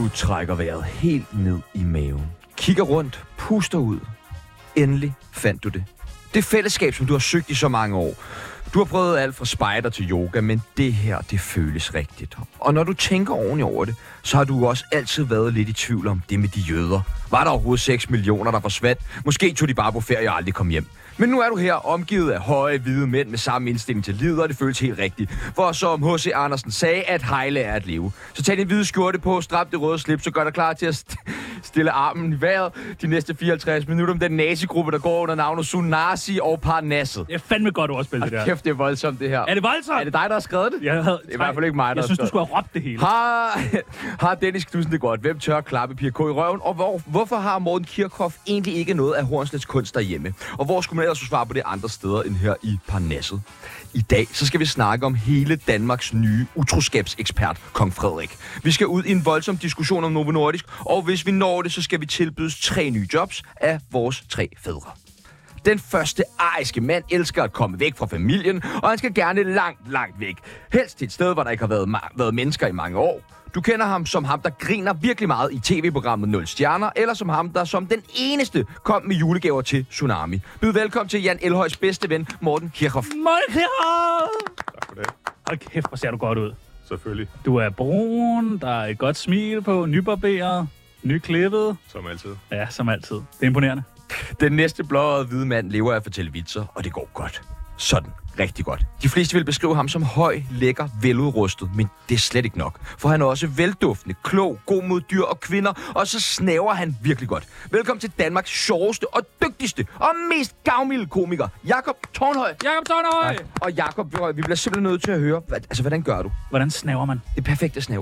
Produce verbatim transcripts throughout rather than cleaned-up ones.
Du trækker vejret helt ned i maven. Kigger rundt, puster ud. Endelig fandt du det. Det fællesskab, som du har søgt i så mange år. Du har prøvet alt fra spejder til yoga, men det her, det føles rigtigt. Og når du tænker ordentligt over det, så har du også altid været lidt i tvivl om det med de jøder. Var der overhovedet seks millioner, der forsvandt? Måske tog de bare på ferie og aldrig kom hjem. Men nu er du her omgivet af høje, hvide mænd med samme indstilling til livet, og det føles helt rigtigt. For som H C Andersen sagde, at hejle er at leve. Så tag din hvide skjorte på, strap det røde slips, så gør dig klar til at st- stille armen i vejret de næste fireoghalvtreds minutter om den nazigruppe, der går under navnet Sunasi og Parnasset. Det er fandme godt ordspil, det der. Kæft, det er voldsomt, det her. Er det voldsomt? Er det dig, der har skrevet det? Jeg havde, det er i hvert fald ikke mig, der Jeg synes, du skulle have råbt det hele. Har, har Dennis Knudsen det godt? Hvem tør klappe Pia K. i røven? Og hvor, hvorfor har Morten Kirchhoff egentlig ikke noget af Hornslets kunst derhjemme? Og hvor skulle man ellers svare på det andre steder end her i Parnasset? I dag så skal vi snakke om hele Danmarks nye utroskabsekspert, Kong Frederik. Vi skal ud i en voldsom diskussion om Novo Nordisk, og hvis vi når det, så skal vi tilbydes tre nye jobs af vores tre fædre. Den første ariske mand elsker at komme væk fra familien, og han skal gerne langt, langt væk. Helst til et sted, hvor der ikke har været, ma- været mennesker i mange år. Du kender ham som ham, der griner virkelig meget i tv-programmet nul stjerner, eller som ham, der som den eneste kom med julegaver til Tsunami. Byd velkommen til Jan Elhøjs bedste ven, Morten Kirchhoff. Morten Kirchhoff! Tak for det. Hold kæft, hvor ser du godt ud. Selvfølgelig. Du er brun, der er et godt smil på, nybarberet, nyklippet. Som altid. Ja, som altid. Det er imponerende. Den næste blåøjede hvide mand lever af at fortælle vitser, og det går godt. Sådan. Rigtig godt. De fleste vil beskrive ham som høj, lækker, veludrustet, men det er slet ikke nok. For han er også velduftende, klog, god mod dyr og kvinder, og så snæver han virkelig godt. Velkommen til Danmarks sjoveste og dygtigste og mest gavmilde komiker, Jakob Tornhøj. Jakob Tornhøj! Ja. Og Jakob, vi bliver simpelthen nødt til at høre, hvad, altså hvordan gør du? Hvordan snæver man? Det perfekte snæv.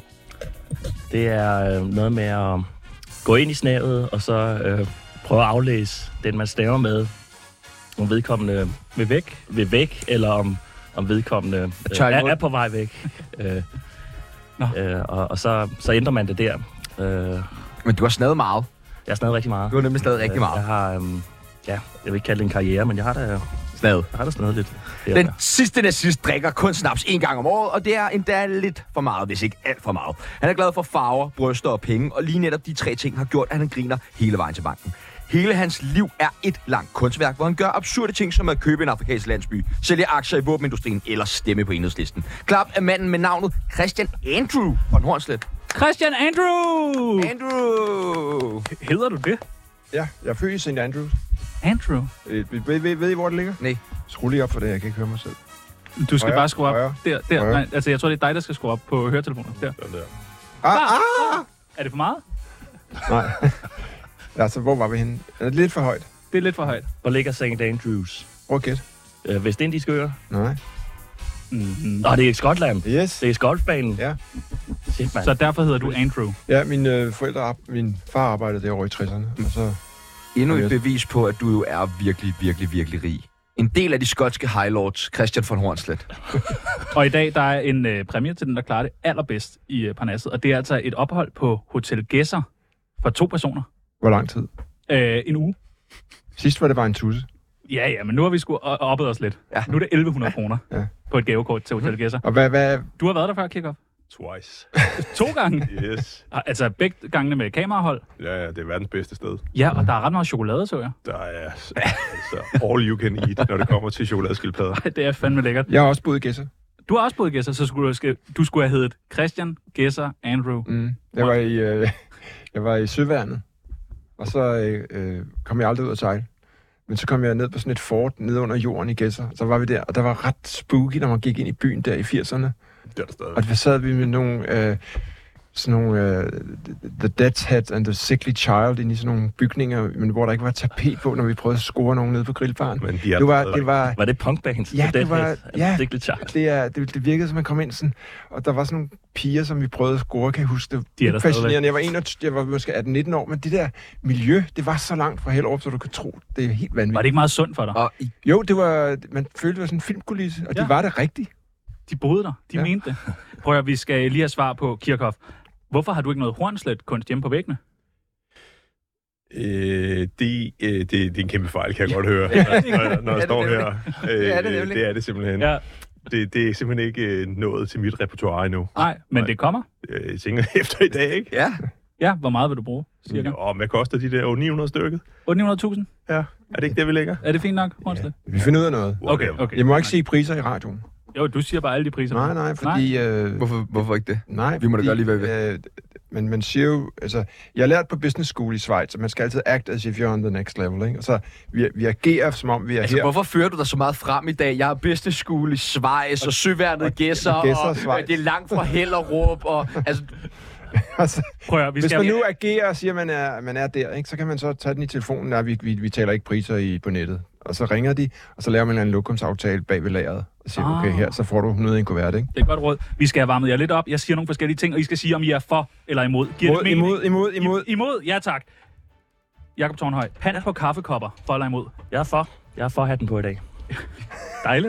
Det er øh, noget med at gå ind i snævet, og så øh, prøve at aflæse den, man snæver med. Om vedkommende vil væk, vil væk eller om, om vedkommende øh, er, er på vej væk. øh, øh, og og så, så ændrer man det der. Øh, Men du har snadet meget. jeg har snadet rigtig meget. Du har nemlig snadet rigtig meget. Jeg har, øh, ja, jeg vil ikke kalde det en karriere, men jeg har da, Snadet. jeg har da snadet lidt. Den sidste nazist drikker kun snaps en gang om året, og det er endda lidt for meget, hvis ikke alt for meget. Han er glad for farver, bryster og penge, og lige netop de tre ting har gjort, at han griner hele vejen til banken. Hele hans liv er et langt kunstværk, hvor han gør absurde ting som at købe en afrikansk landsby, sælge aktier i våbenindustrien eller stemme på Enhedslisten. Klap af manden med navnet Christian Andrew von Hornslet. Christian Andrew! Andrew! Hedder du det? Ja, jeg er født i Saint Andrews. Andrew? Øh, ved, ved, ved I, hvor det ligger? Nej. Skru lige op for det, jeg kan ikke høre mig selv. Du skal Højre, bare skrue op. højre, Der, der. højre. Nej, altså jeg tror, det er dig, der skal skrue op på høretelefoner. Der. Sådan der. Ah, ah! Er det for meget? Nej. Altså, hvor var vi henne? Er det lidt for højt? Det er lidt for højt. Hvor ligger Saint Andrews? Prøv at gætte. Øh, Vestindiske øer? Nej. Mm-hmm. Nå, det er i Skotland. Yes. Det er golfbanen. Ja. Shit, mand. Så derfor hedder du Andrew. Ja, mine øh, forældre, min far arbejdede derovre i tresserne, og så... Endnu et bevis på, at du jo er virkelig, virkelig, virkelig rig. En del af de skotske highlords, Christian von Hornslet. Og i dag, der er en øh, præmie til den, der klarer det allerbedst i øh, Parnasset. Og det er altså et ophold på Hotel Gesser for to personer. Hvor lang tid? Øh, en uge. Sidst var det bare en tusse. Ja, ja, men nu har vi sgu o- oppet os lidt. Ja. Nu er det elleve hundrede kroner Ja. på et gavekort til Hotel Gesser. Og hvad... hvad Du har været der før, Kirchhoff? Twice. To gange. Yes. Altså begge gangene med kamerahold. Ja, ja, det er verdens bedste sted. Ja, og der er ret meget chokolade, så jeg. Der er altså all you can eat, når det kommer til chokoladeskildpadder. Ej, det er fandme lækkert. Jeg har også boet i Gedser. Du har også boet i Gesser, så skulle du, skal, du skulle have heddet Christian Gesser Andrew. Mm. Jeg var i, øh, jeg var i Søværnet, og så øh, kom jeg aldrig ud at sejle. Men så kom jeg ned på sådan et fort nede under jorden i Gedser. Så var vi der, og der var ret spooky, når man gik ind i byen der i firserne. Det er der stadig. Og der sad vi med nogle, øh, sådan nogle, øh, The Death's Head and the Sickly Child, inde i sådan nogle bygninger, men hvor der ikke var tapet på, når vi prøvede at score nogen nede på grillbaren. Men de er det var, det var, Var det punkband? Ja, det var- ja. Det, det, det, er, det, det virkede, som man kom ind sådan, og der var sådan nogle piger, som vi prøvede at score, kan jeg huske det. De er der Fascinerende. Jeg var, enogtyve, jeg var måske atten nitten år, men det der miljø, det var så langt fra Hellerup, så du kan tro, det er helt vanvittigt. Var det ikke meget sundt for dig? Og i, Jo, det var, man følte, det var sådan en filmkulisse, og Ja. de var det rigtigt. De boede der. De Ja. ja. mente det. Prøv at vi skal lige have svar på Kirchhoff. Hvorfor har du ikke noget Hornslet-kunst hjemme på væggene? Øh, det, øh, det, det er en kæmpe fejl, kan jeg godt høre, Ja, når, jeg- når jeg det står nemlig. her. Øh, Det er det nemlig. det er det simpelthen. Ja. Det, det er simpelthen ikke øh, nået til mit repertoire endnu. Nej, men Nej. det kommer. Øh, Jeg tænker efter i dag, ikke? ja, Ja, hvor meget vil du bruge, cirka? Jo, hvad koster de der ni hundrede stykket? otte hundrede tusind? Ja, er det ikke det, vi lægger? Er det fint nok, Hornslet? Vi finder ud af noget. Okay, okay. Jeg må ikke sige priser i radioen. Jo, du siger bare alle de priser. Nej, nej, fordi... Øh, Hvorfor, hvorfor ikke det? nej, Vi må da fordi, gøre lige, hvad vi vil. øh, men man siger jo... Altså, jeg har lært på business school i Schweiz, at man skal altid act as if you're on the next level, ikke? Og så vi, vi agerer, som om vi er Altså, her. hvorfor fører du dig så meget frem i dag? Jeg er business school i Schweiz, og søværnet gæsser, og, Gedser, og Schweiz. det er langt fra Hellerup, og altså... Altså, Prøv at høre, vi hvis skal... man nu agerer og siger, at man er, man er der, ikke, så kan man så tage den i telefonen. Nej, vi, vi, vi taler ikke priser i, på nettet. Og så ringer de, og så laver man en lokumsaftale bag ved lageret. Og siger, Ah. okay, her, så får du hundrede i en kuvert, ikke? Det er et godt råd. Vi skal have varmet jer lidt op. Jeg siger nogle forskellige ting, og I skal sige, om I er for eller imod. Giver Imod, det mening? imod, imod, imod. I, imod? Ja, tak. Jakob Tornhøj, pand på kaffekopper. For eller imod? Jeg er for. Jeg er for at have den på i dag. Dejligt.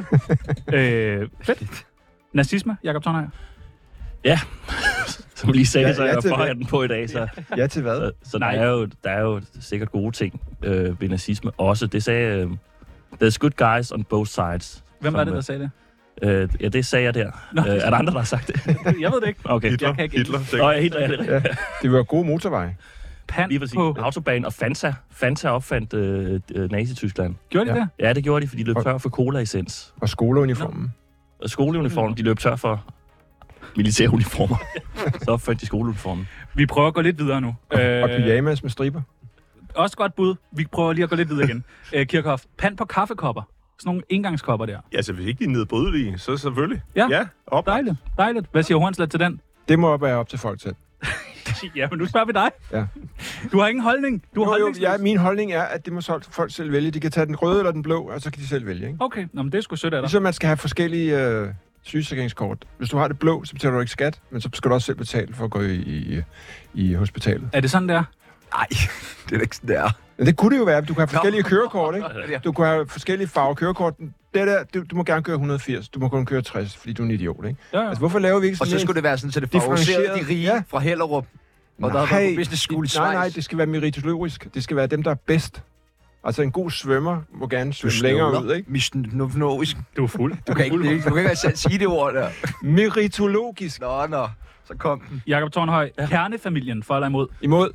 øh, fedt. Nazisme, Jakob Tornhøj? Ja, som lige sagde, Ja, så er ja jeg til for at hvad? have den på i dag. Så, Ja til hvad? så, så der, Nej. er jo, der er jo sikkert gode ting øh, ved nazisme også. Det sagde... Øh, There's good guys on both sides. Hvem Som, var det, der sagde det? Øh, ja, det sagde jeg der. Nå. Øh, er der andre, der har sagt det? Jeg ved det ikke. Okay. Hitler, Jeg kan ikke- Hitler. Nå, ja, helt rigtigt. Ja, det var gode motorveje. Pand Lige præcis. på... Autobahn og Fanta. Fanta opfandt øh, øh, Nazi-Tyskland. Gjorde de Ja. det? Ja, det gjorde de, fordi de løb tør for cola-essens. Og skoleuniformen. Og skoleuniformen, de løb tør for militæruniformer. Så opfandt de skoleuniformen. Vi prøver at gå lidt videre nu. Og pyjamas med striber. Også godt bud. Vi prøver lige at gå lidt videre igen. øh, Kirchhoff, pand på kaffekopper. Sådan nogle engangskopper der. Ja, så hvis ikke de er nedbrydelige, så selvfølgelig. Ja. Ja, op. Dejligt, dejligt. Hvad siger Hornslet til den? Det må være op til folk selv. Ja, men nu spørger vi dig. Ja. Du har ingen holdning. Du har Jo, jo, holdningsløs. ja, min holdning er, at det må så- folk selv vælge. De kan tage den røde eller den blå, og så kan de selv vælge. Ikke? Okay, nå, men det er sgu sødt af dig. Ligesom man skal have forskellige øh, sygesikringskort. Hvis du har det blå, så betaler du ikke skat, men så skal du også selv betale for at gå i, i, i hospitalet. Er det sådan, der? Nej, det er da ikke sådan, det er. Men det kunne det jo være. Du kan have forskellige Nå. kørekort, ikke? Du kan have forskellige farver kørekort. Det der, du, du må gerne køre et hundrede og firs. Du må kun køre tres, fordi du er en idiot, ikke? Ja, ja. Altså, hvorfor laver vi ikke Og sådan så skulle det være sådan, så det favoriserede de differentieret. rige Ja. fra Hellerup. Og der har været på business school i nej, nej, Schweiz. det skal være meritologisk. Det skal være dem, der er bedst. Altså, en god svømmer må gerne svømme længere ud, ikke? Missionologisk. Du er fuld. Du kan ikke, det, du kan ikke selv sige det ord der. Meritologisk. Nå, nå. Så kom den. Jakob Tornhøj, ja. Kernefamilien, for eller imod? Imod.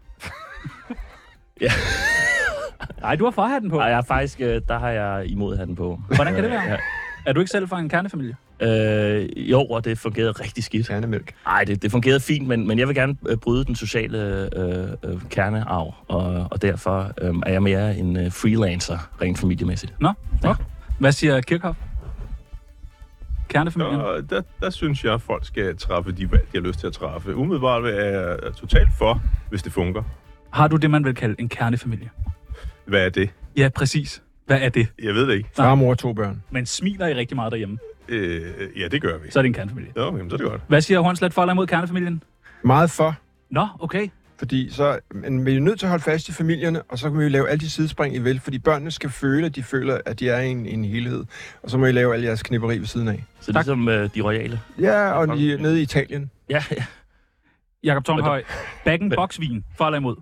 Ja. Nej, du har forhatten på. Nej, jeg er faktisk, øh, der har jeg imod hatten på. Hvordan kan det være? Ja. Er du ikke selv fra en kernefamilie? Øh, jo, og det fungerede rigtig skidt. Kernemælk. Nej, det, det fungerede fint, men, men jeg vil gerne øh, bryde den sociale øh, øh, kernearv, og, og derfor øh, er jeg mere en øh, freelancer, rent familiemæssigt. Nå, ja. Hvad siger Kirchhoff? Kernefamilien? Og der, der synes jeg, at folk skal træffe de valg, de har lyst til at træffe. Umiddelbart er jeg totalt for, hvis det fungerer. Har du det, man vil kalde en kernefamilie? Hvad er det? Ja, præcis. Hvad er det? Jeg ved det ikke. Far, mor, to børn. Men smiler I rigtig meget derhjemme, Øh, ja, det gør vi. så er det en kernefamilie. Nå, jamen, så er det godt. Hvad siger Hornslet for eller imod kernefamilien? Meget for. Nå, okay. Fordi så men vi er nødt til at holde fast i familierne, og så kan vi jo lave alle de sidespring, I vil. Fordi børnene skal føle, at de føler, at de er i en, en helhed. Og så må I lave alle jeres knipperi ved siden af. Så Tak. ligesom øh, de royale. Ja, og de, nede i Italien. Ja, ja. Jakob Tornhøj, bag-en-box-vin, for eller imod?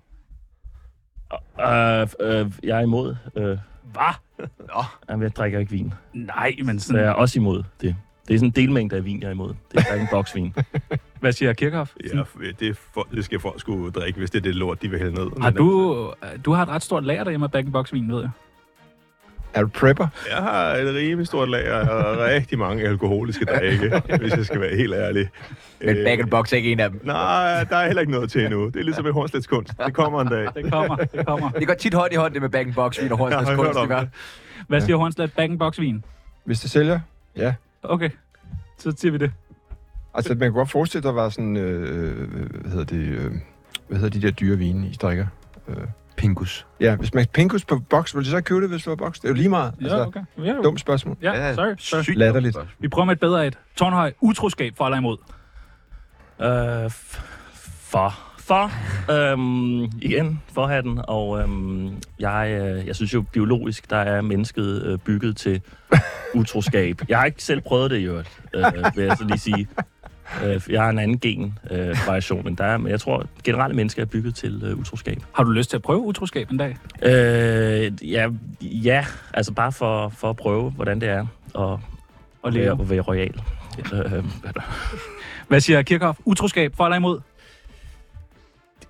Øh, øh, jeg er imod. Øh, Hvad? jamen, jeg drikker ikke vin. Nej, men Så jeg er sådan... også imod det. Det er sådan en delmængde af vin, jeg er imod. Det er ikke en boksvin. Hvad siger Kirchhoff? Ja, det, er for, det skal folk skulle drikke, hvis det er det lort, de vil hælde ned. Har Men, du... Du har et ret stort lager derhjemme af bag-en-box-vin, ved jeg. Er du prepper? Jeg har et rimelig stort lager af rigtig mange alkoholiske drikke, hvis jeg skal være helt ærlig. Men Øh, bag and box er ikke en af dem. Nej, der er heller ikke noget til endnu. Det er ligesom i Hornslets kunst. Det kommer en dag. Det kommer, det kommer. Det går tit hånd i hånd, det med bag and box vin og Jeg Hornsnæs har hørt kunst, om det gør. det. Hvad siger Hornslet? Bag-en-box-vin? Hvis det sælger? Ja. Okay, så siger vi det. Altså, man kan godt forestille sig, at der var sådan, øh, hvad hedder det, øh, hvad hedder de der dyre vine, I drikker? Øh. Pingus. Ja, hvis man pinkus på boks, vil du så købe det, hvis det var boks? Det er jo lige meget. Ja, okay. Ja, jo. Dumt spørgsmål. Ja, sorry. sorry. sygt Latterligt. dumt. Vi prøver med et bedre et. Tornhøj, utroskab for eller imod? Øh, f- for. For. Øhm, igen, for hatten. Og øhm, jeg, øh, jeg synes jo, biologisk, der er mennesket øh, bygget til utroskab. Jeg har ikke selv prøvet det i øvrigt, øh, vil jeg så lige sige. Øh, jeg har en anden gen-variation, øh, men der er, men jeg tror, at generelle mennesker er bygget til øh, utroskab. Har du lyst til at prøve utroskab en dag? Øh, ja, ja, altså bare for, for at prøve, hvordan det er at, at leve. være, at være royal. Øh, hvad der- Hvad siger Kirchhoff? Utroskab for eller imod?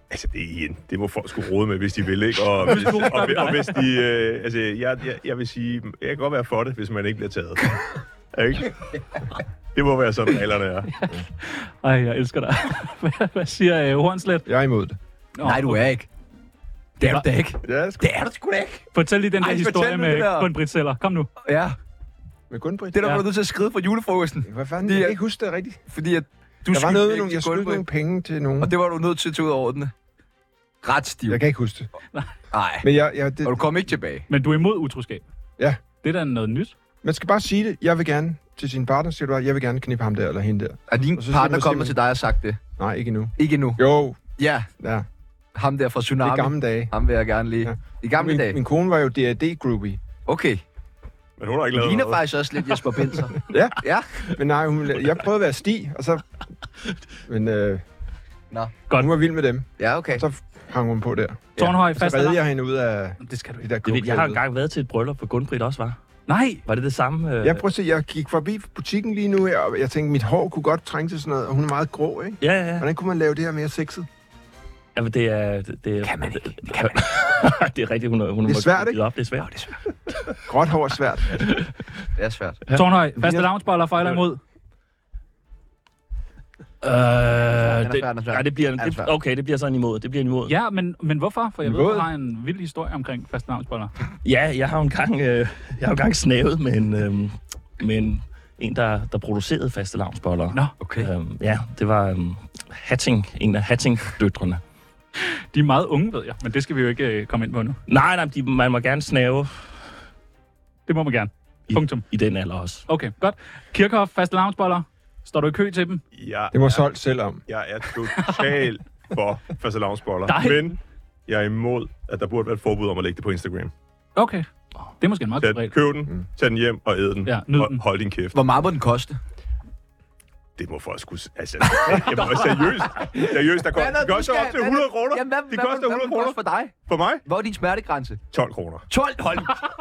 Altså, det, er igen, det må folk skulle råde med, hvis de vil, ikke? Og, hvis, og, og, og hvis de... Øh, altså, jeg, jeg, jeg vil sige, jeg kan godt være for det, hvis man ikke bliver taget. Ikke? Det må være sådan, reglerne er. Ej, jeg elsker dig. hvad, hvad siger uh, Hornslet? Jeg er imod det. Nå, Nej, du er ikke. Det er du da ikke. Ja, sgu. Det er du sgu da ikke. Fortæl lige den der Ej, historie fortæl nu med det der. Gun-Britt Seller. Kom nu. Ja, Med Gunbritt? det der Ja. var du nødt til at skrive fra julefrokosten. Hvad fanden? Det Jeg er- kan ikke huske det rigtigt. Fordi at du Der var noget med ikke nogle, jeg til skyldte Gunbritt, nogle penge til nogen. og det var du nødt til at tage ud over den. Ret stiv. Jeg kan ikke huske det. Nej, Men jeg, jeg, det, og du kom ikke tilbage. Men du er imod utroskab. Ja. Det er da noget nyt. man skal bare sige det. Jeg vil gerne til sin partner, siger du bare, jeg vil gerne knippe ham der eller hende der. Er din Og så siger partner man kommet måske- til dig og sagt det? Nej, ikke endnu. Ikke endnu. Jo, Ja, ja. ham der fra Det Tsunami. er gamle dage. Ham vil jeg gerne lige. Ja. I gamle min, dage. min kone var jo D A D-groupie. Okay. Men hun har ikke Det lavet ligner noget. faktisk også lidt Jesper Binzer. Ja. Ja. Men nej, hun, jeg prøvede at være Stig, og så... Men øh, Nå. Godt. hun var vild med dem. Ja, okay. Så hang hun på der. Tårnhøj, Så fast reddede alarm. jeg hende ud af Det skal du de ikke. der Det ved, jeg har coke-helvede. engang været til et bryllup på Gunbritt også, var. Nej. Var det det samme? Øh... Jeg prøver at se, jeg gik forbi butikken lige nu her, og jeg tænkte, mit hår kunne godt trænge til sådan noget, og hun er meget grå, ikke? Ja, ja, ja. Hvordan kunne man lave det her mere sexet? Jamen, det er... Det, det Kan man ikke. Det, kan man. det er rigtigt, hun, hun Det er må svært, give ikke? Op. Det er svært. Det er svært. Gråt hår er svært. Det er svært. Tårnhøj, faste lavnsboller for eller imod? Øh, er det, svært, den er svært. nej, det bliver, Den er det, svært. okay, det bliver sådan imod. Det bliver en imod. Ja, men, men hvorfor? For jeg ved, Imod? du har en vild historie omkring faste lavnsboller. Ja, jeg har jo engang, øh, jeg har jo engang snavet med en, øh, med en, en der, der producerede faste lavnsboller. Nå, Okay. Øhm, ja, det var øhm, Hatting, en af Hatting-døtrene. de er meget unge, ved jeg, men det skal vi jo ikke øh, komme ind på nu. Nej, nej, de, man må gerne snave Det må man gerne. i, Punktum. i den alder også. Okay, godt. Kirchhoff, faste lavnsboller. Står du i kø til dem? Jeg Det må er, solgt selv om. jeg er totalt for fastelavnsboller. Nej. Men jeg er imod, at der burde være et forbud om at lægge det på Instagram. Okay. Det er måske en meget Tag, god regel. køb den, tag den hjem og æd den. Ja, nyd og den. hold din kæft. Hvor meget må den koste? Det må folk sgu... Altså, jeg må seriøst. Seriøst, der koster, det koster op til hundrede kroner. Jamen, hvad, Det hvad, koster hvad, hvad hundrede må den koste kroner. for dig? For mig? Hvor er din smertegrænse? tolv kroner. tolv? Hold.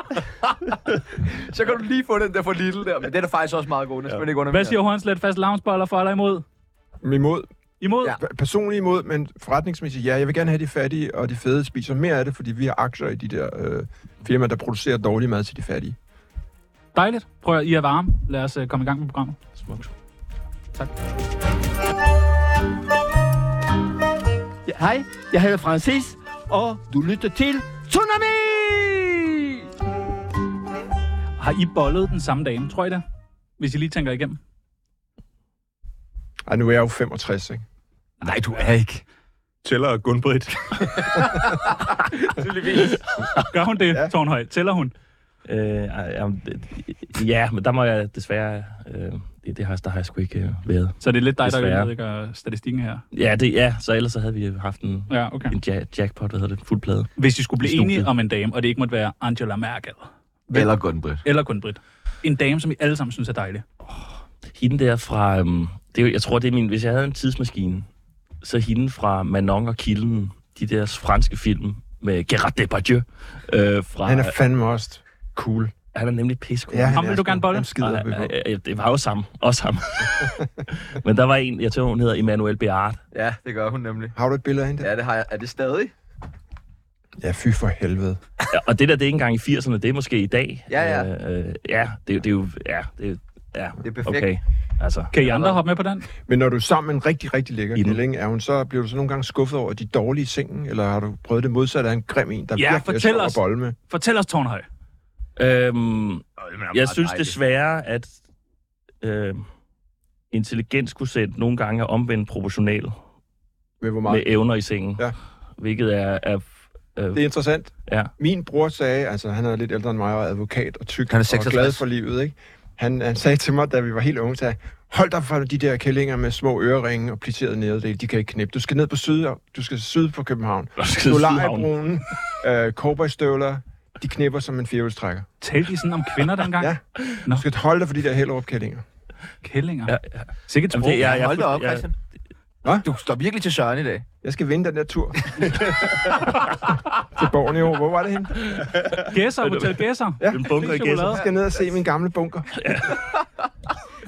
Så kan du lige få den der for Lidl der, men den er faktisk også meget god. Den skal man ikke under Hvad siger Hornslet? Faste lavnsboller for eller imod? Imod. Imod? Ja. Personligt imod, men forretningsmæssigt, ja, jeg vil gerne have de fattige og de fede spiser mere af det, fordi vi har aktier i de der øh, firmaer, der producerer dårlig mad til de fattige. Dejligt. Prøv at I er varme. Lad os uh, komme i gang med programmet. Smukt. Tak. Ja, hej, jeg hedder Francis, og du lytter til Tsunami! Har I bollet den samme dame, tror I det? Hvis I lige tænker igennem. Ej, nu er jeg jo femogtres, ikke? Nej, du er ikke. Tæller Gunbritt. Gør hun det, Ja. ja. Tårnhøj? Tæller hun? Øh, ja, ja, men der må jeg desværre... Øh, det, det har, der har jeg sgu ikke øh, været. Så det er lidt dig, der Desværre. udlægger statistikken her. Ja, det, ja, så ellers så havde vi haft en, Ja, okay. en ja, jackpot, hvad hedder det, fuld plade. Hvis I skulle blive I studiet. enige om en dame, og det ikke måtte være Angela Merkel, Eller Gunbritt. eller kun Britt. En dame, som I alle sammen synes er dejlig. Hende der fra... Øhm, det er, jo- jeg tror, det er min... Hvis jeg havde en tidsmaskine, så hende fra Manon og Kilden, de der franske film med Gerard Depardieu. Øh, fra, Han er fandme også cool. han er nemlig pissecool. Ja, Ham er vil du sgu- gerne bolle? ham skider vi på. Ja, ja, det var jo sammen. Også ham. Men der var en, jeg tror, hun hedder Emmanuel Beard. Ja, det gør hun nemlig. Har du et billede af hende der? Ja, det har jeg. Er det stadig? Ja, fy for helvede. Ja, og det der, det er ikke engang i firserne, det er måske i dag. Ja, ja. Øh, øh, ja, det, det er jo... Ja, det, er- ja, Det er perfekt. okay. Altså, Kan I andre hoppe med på den? Men når du er sammen med en rigtig, rigtig lækker I den. kælling, er hun så, bliver du så nogle gange skuffet over de dårlige sengen, eller har du prøvet det modsatte af en grim en, der Ja, virkelig er fortæl sjov at os. bolle med? Fortæl os, Tårnhøj. øhm, jeg synes desværre, at øh, intelligens kunne sætte nogle gange er omvendt proportional Med hvor med meget? evner i sengen. Ja. Hvilket er... er øh, Det er interessant. ja. Min bror sagde, altså han er lidt ældre end mig og er advokat og tyk Han er og seksogtres. glad for livet, ikke? Han, han sagde til mig, da vi var helt unge, sagde, hold dig for de der kællinger med små øreringe og plisseret nederdel, de kan ikke knippe. Du skal ned på syd, du skal syd på København. Du skal til Sydhavn. Solarie-brunen, øh, cowboystøvler, de knipper som en firehjulstrækker. Talte I sådan om kvinder dengang? Ja. Du skal holde dig for de der Hellerup-kællinger. Kællinger. Ja, ja. Sikkert sprog. Jamen, det er- Ja, jeg- hold da op, jeg- Christian. Hvad? Du står virkelig til Søren i dag. Jeg skal vinde den der tur. Til Borneo. Hvor var det henne? Gæsser, Hotel Gæsser. Ja. En bunker i Chokolade. Gæsser. Jeg skal ned og se min gamle bunker.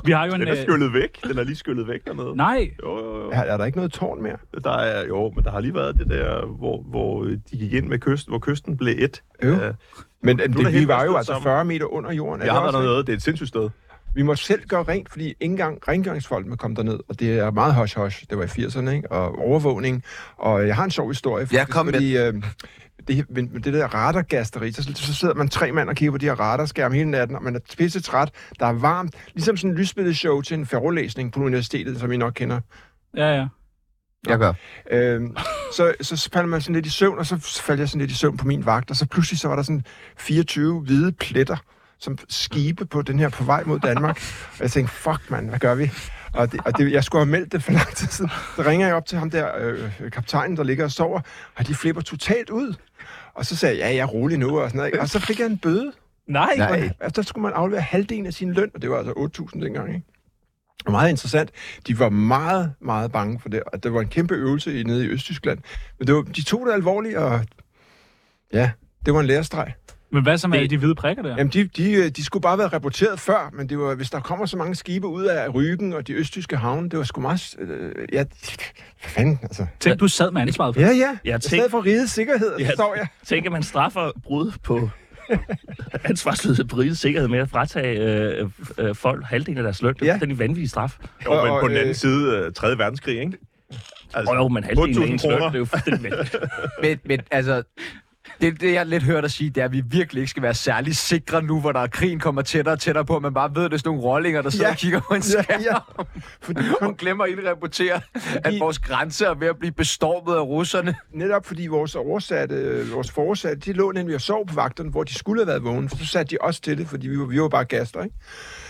Vi har jo en... Den er øh, skyllet væk. Den er lige skyllet væk dernede. Nej, Jo, jo, jo. Er, er der ikke noget tårn mere? Der er, jo, men der har lige været det der, hvor, hvor de gik ind med kysten, hvor kysten blev et. Jo. Uh, Men er det, helt vi var jo rystet altså sammen. fyrre meter under jorden. Er jeg det har også været ikke? noget. Det er et sindssygt sted. Vi må selv gøre rent, fordi ikke engang rengøringsfolk må komme derned, og det er meget hush-hush. Det var i firserne, ikke? Og overvågning. Og jeg har en sjov historie, faktisk, Ja, kom med. fordi øh, det, med det der radargasteri, så, så sidder man tre mand og kigger på de her radarskærme hele natten, og man er pisse træt, der er varmt, ligesom sådan en lysbilledshow til en forelæsning på universitetet, som I nok kender. ja, ja. Jeg gør. Øhm, så, så falder man sådan lidt i søvn, og så faldt jeg sådan lidt i søvn på min vagt, og så pludselig så var der sådan fireogtyve hvide pletter, som skibe på den her på vej mod Danmark. Og jeg tænkte, fuck mand, hvad gør vi? Og, det, og det, jeg skulle have meldt det for lang tid siden. Så ringer jeg op til ham der, øh, kaptajnen, der ligger og sover, og de flipper totalt ud. Og så sagde jeg, ja, jeg er rolig nu, og sådan noget. Og så fik jeg en bøde. Nej, Nej. Og der skulle man aflevere halvdelen af sin løn, og det var altså otte tusind dengang, ikke? Og meget interessant. De var meget, meget bange for det, og det var en kæmpe øvelse nede i Østtyskland. Men det var, de tog det alvorligt, og ja, det var en lærestreg. Men hvad så med Det- de hvide prikker der? Jamen, de, de, de skulle bare være rapporteret før, men det var, hvis der kommer så mange skibe ud af Rügen og de østtyske havne, det var sgu meget... Øh, ja, hvad fanden, altså. Tænk, du sad med ansvaret for. Ja, ja. Jeg I stedet tænk, for rigets sikkerhed, Ja. så står jeg. tænker, man straffer brud på ansvarsløshed på rigets sikkerhed med at fratage øh, øh, folk halvdelen af deres løn. Det er Ja. ja. den vanvittige straf. Jo, men Og- på den og, anden øh, side, uh, tredje verdenskrig, ikke? Altså, Og jo, men halvdelen af otte tusind ens løn, det kroner. er jo fuldstændig vanvittigt. Men, men altså, det, det jeg lidt hørt at sige, det er, at vi virkelig ikke skal være særlig sikre nu, hvor der er krigen kommer tættere og tættere på, at man bare ved, at det er sådan nogle rollinger, der sidder Ja. og kigger på en Ja, skærm. ja. Fordi, Og glemmer at indrapportere, at vores grænse er ved at blive bestormet af russerne. netop fordi vores oversatte, vores foresatte, de lå nemlig og sov på vagterne, hvor de skulle have været vågne, for så satte de også til det, fordi vi var, vi var bare gaster, ikke?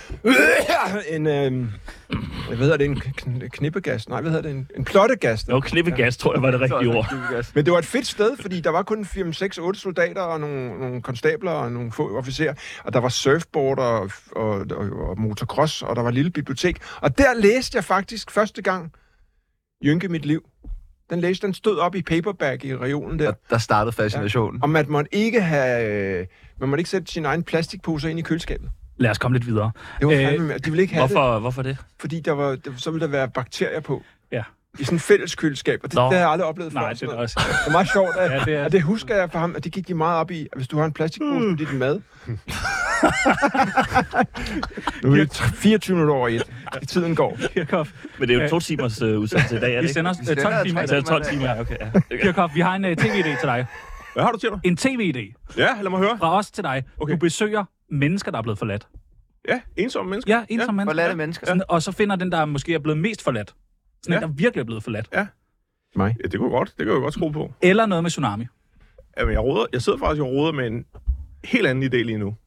En, øh, hvad hedder det, en kn- knippegas? Nej, hvad hedder det, en, en plottegas. Jo, knippegas, tror jeg, var det rigtige ord. Men det var et fedt sted, fordi der var kun fire, seks, otte soldater og nogle, nogle konstabler og nogle få officerer. Og der var surfboard og, og, og, og motocross, og der var et lille bibliotek. Og der læste jeg faktisk første gang Jynke mit liv. Den læste, den stod op i paperback i reolen der. Der, der startede fascinationen. Om at man ikke have, øh, man måtte ikke sætte sin egen plastikposer ind i køleskabet. Lad os komme lidt videre. Det var Øh, fandme, de ville ikke have Hvorfor, hvorfor det? det, fordi der var, der, så ville der være bakterier på. Ja. I sådan en fælles køleskab, og det, Nå. det har jeg aldrig oplevet før. Nej, det er sådan noget. også... Det er meget sjovt, at, Ja, ja, det det er- og det husker jeg for ham, at det gik de meget op i, at hvis du har en plastikpose med dit mad. Nu er det tre- fireogtyve minutter over et. Tiden går. Kirchhoff, Men det er jo to timers øh, udsendelse i dag, er det vi ikke? sender os Vi øh, sender tolv timer. tre Altså tolv timer, ja, okay. Ja. Kirchhoff, vi har en uh, tv-idé til dig. Hvad har du til dig? En tv-idé Ja, lad mig høre. fra os til dig. Okay. Du besøger mennesker, der er blevet forladt. Ja, ensomme mennesker. Ja, ensomme mennesker. Forladte mennesker. Sådan, og så finder den, der måske er blevet mest forladt. Sådan en, Ja. der virkelig er blevet forladt. Mig. Ja, det kunne godt. Det kan jeg godt skrue på. Eller noget med tsunami. Jamen, jeg, roder, jeg sidder faktisk og roder med en helt anden idé lige nu.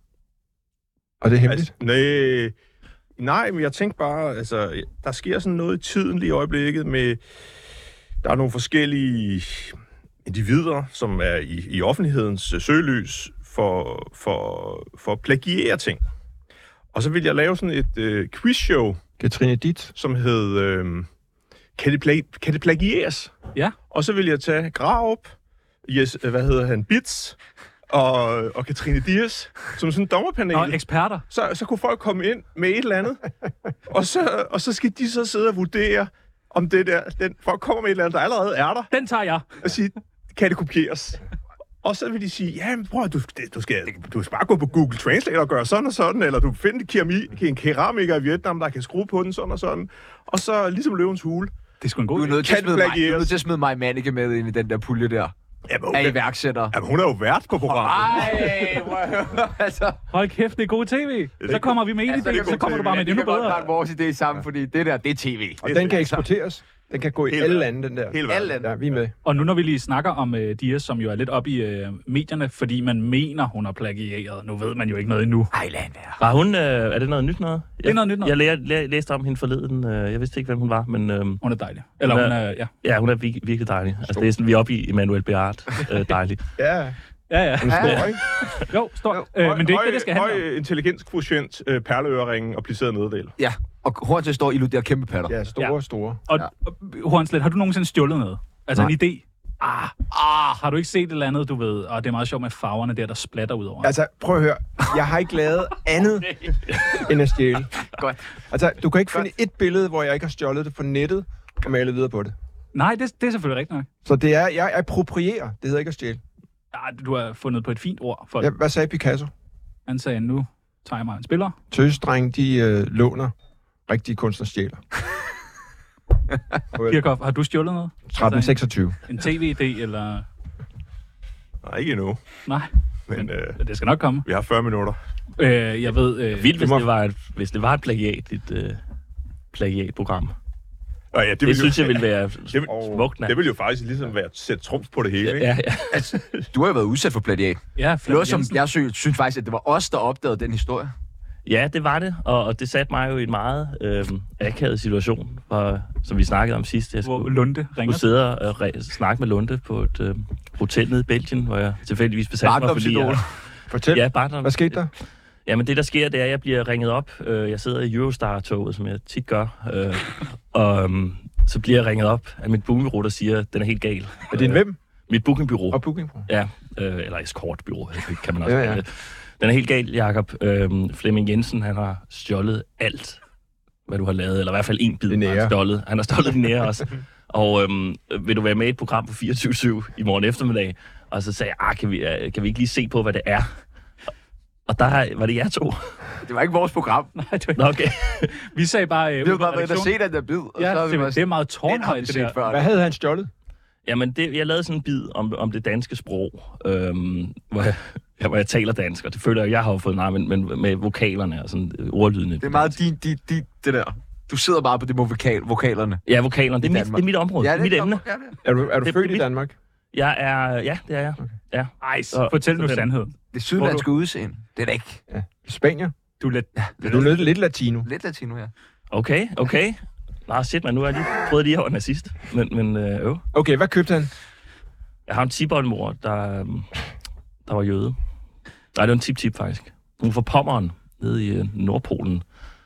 Og det er hemmeligt. Altså, nej, nej, men jeg tænkte bare, altså, der sker sådan noget i tiden lige i øjeblikket med, der er nogle forskellige individer, som er i, i offentlighedens øh, søgelys for, for, for at plagiere ting. Og så vil jeg lave sådan et øh, quizshow, Katrine Ditt. som hed, øh, kan, det pla- kan det plagieres? Ja. Og så vil jeg tage Graup, yes, hvad hedder han, Bits, og, og Katrine Dias, som sådan en dommerpanel. Og eksperter. Så, så kunne folk komme ind med et eller andet, og så, og så skal de så sidde og vurdere, om det der, den, folk kommer med et eller andet, der allerede er der, Den tager jeg. og sige, kan det kopieres? Og så vil de sige, ja, men prøv at, du, det- du, skal, du skal bare gå på Google Translate og gøre sådan og sådan, eller du finder en, kerami, en keramiker i Vietnam, der kan skrue på den sådan og sådan. Og så ligesom løvens hule. Det er sgu en Du god er idé. nødt til at Kan smide mig, du er plagieres. nødt til at smide mig Manike med ind i den der pulje der. Jamen, Af okay. iværksættere. Jamen, hun er jo vært på programmet. Ej, hvor jeg høre, altså. Hold kæft, det er god tv. Så kommer vi med en Altså, idé, det er så god kommer du T V. bare med et Vi endnu kan godt bedre. klare vores idé sammen, fordi det der, det er tv. Og den kan eksporteres. Den kan gå i Helt alle verden. lande, den der. Helt Alle verden. lande. Ja, vi er med. Og nu når vi lige snakker om uh, Dias, som jo er lidt op i uh, medierne, fordi man mener, hun har plagieret. Nu ved man jo ikke noget endnu. Highlander. Var hun, øh, er det noget nyt noget? Det er noget nyt noget. Jeg læ- læ- læste om hende forleden. Øh, jeg vidste ikke, hvem hun var, men øh, Hun er dejlig. Eller Hun hun er- er, ja. ja, hun er vir- virkelig dejlig. Altså, det er sådan, vi er oppe i Emmanuel Beard. Øh, dejlig. Ja, Ja, ja. hun er stor, ikke? Jo, stor. Øh, men det er ikke det, det skal handle om. Høj intelligenskvotient, øh, perleøreringen og pliceret nederdel. Ja, og Hornslet står i der kæmpe patter. Ja, store, store. Og, og Hornslet, har du nogensinde stjålet noget? Altså Nej. en idé? Ah, ah, har du ikke set et eller andet, du ved? Og det er meget sjovt med farverne der, der splatter ud over. Altså, prøv at høre. Jeg har ikke lavet andet end at stjæle. Godt. Altså, du kan ikke finde et billede, hvor jeg ikke har stjålet det på nettet og malet videre på det. Nej, det, det er selvfølgelig rigtigt nok. Så det er, jeg approprierer. Det hedder ikke at stjæle. Ja, du har fundet på et fint ord for det. Ja, hvad sagde Picasso? Han sagde, nu tager jeg mig en spiller. Tøsedrenge, de øh, låner. Rigtige kunstner stjæler. Kirchhoff, har du stjålet noget? tretten seksogtyve. En tv-idé, eller... Nej, ikke endnu. Nej, Men, men øh, det skal nok komme. vi har fyrre minutter. Øh, jeg ved... Øh, Vildt, hvis, må- det var et, hvis det var et plagiat, et øh, plagiatprogram. Og ja, det, Det, vil det synes jo, jeg ville være det, vil, smukt. det vil jo faktisk ligesom være at sætte trumf på det hele, Ja, ikke? ja, ja. Du har jo været udsat for plagiat. ja, Det Flemming var som, Jensen. jeg synes, synes faktisk, at det var os, der opdagede den historie. ja, det var det, og, og det satte mig jo i en meget øh, akavet situation, for, som vi snakkede om sidst. Jeg Hvor skulle, Lunde ringer. skulle sidde og re- snakke med Lunde på et øh, hotel nede i Belgien, hvor jeg tilfældigvis besatte mig, fordi jeg... Fortæl. Ja, barndom. Hvad skete der? Jamen det, der sker, det er, at jeg bliver ringet op. Øh, Jeg sidder i Eurostar-toget, som jeg tit gør, øh, og øhm, så bliver jeg ringet op af mit bookingbureau, der siger, at den er helt gal. Er det en hvem? Mit bookingbureau. Og bookingbureau. Ja, øh, eller escortbureau, kan man også Ja, ja, ja. ja. Den er helt gal, Jakob. Øhm, Flemming Jensen, han har stjålet alt, hvad du har lavet, eller i hvert fald en bid, Din har han ære. stjålet. Han har stjålet din ære også. Og øhm, vil du være med i et program på fireogtyve syv i morgen eftermiddag? Og så sagde jeg, ah, kan, vi, øh, kan vi ikke lige se på, hvad det er? Og der var det jer to. Det var ikke vores program. Nej, det var ikke. Nå, okay. Vi sagde bare... Øh, Vi har ude på bare været inde og redaktionen- se den der bid. Og Ja, så har vi det, bare det er meget den har vi tårnhøjt, det set der. før. Hvad havde han stjålet? Jamen, det, jeg lavede sådan en bid om, om det danske sprog, øhm, hvor, jeg, ja, hvor jeg taler dansk, og det føler jeg, jeg har jo fået nej, men, men med vokalerne og sådan øh, ordlydene. Det er meget din, din, din, det der. Du sidder bare på det med vokal, vokalerne. Ja, vokalerne, det er, mit, Danmark. det er mit område, ja, det er mit emne. Ja, det Er du, er du Det- født det- i Danmark? Jeg er, ja, det er jeg. Ja. Ej, Så- fortæl nu så den- sandheden. det sydlandske udseende. Det er det ikke. Ja. Spanier? Du er lidt... Er du lidt, lidt latino? Lidt latino, ja. Okay, okay. Nej, shit, man, nu har jeg lige prøvet lige at være nazist. Men, men øh, øv. Okay, hvad købte han? Jeg har en tipoldemor, der, øhm, der var jøde. Nej, det var en tip-tip, faktisk. Hun var fra Pommern, nede i øh, Nordpolen.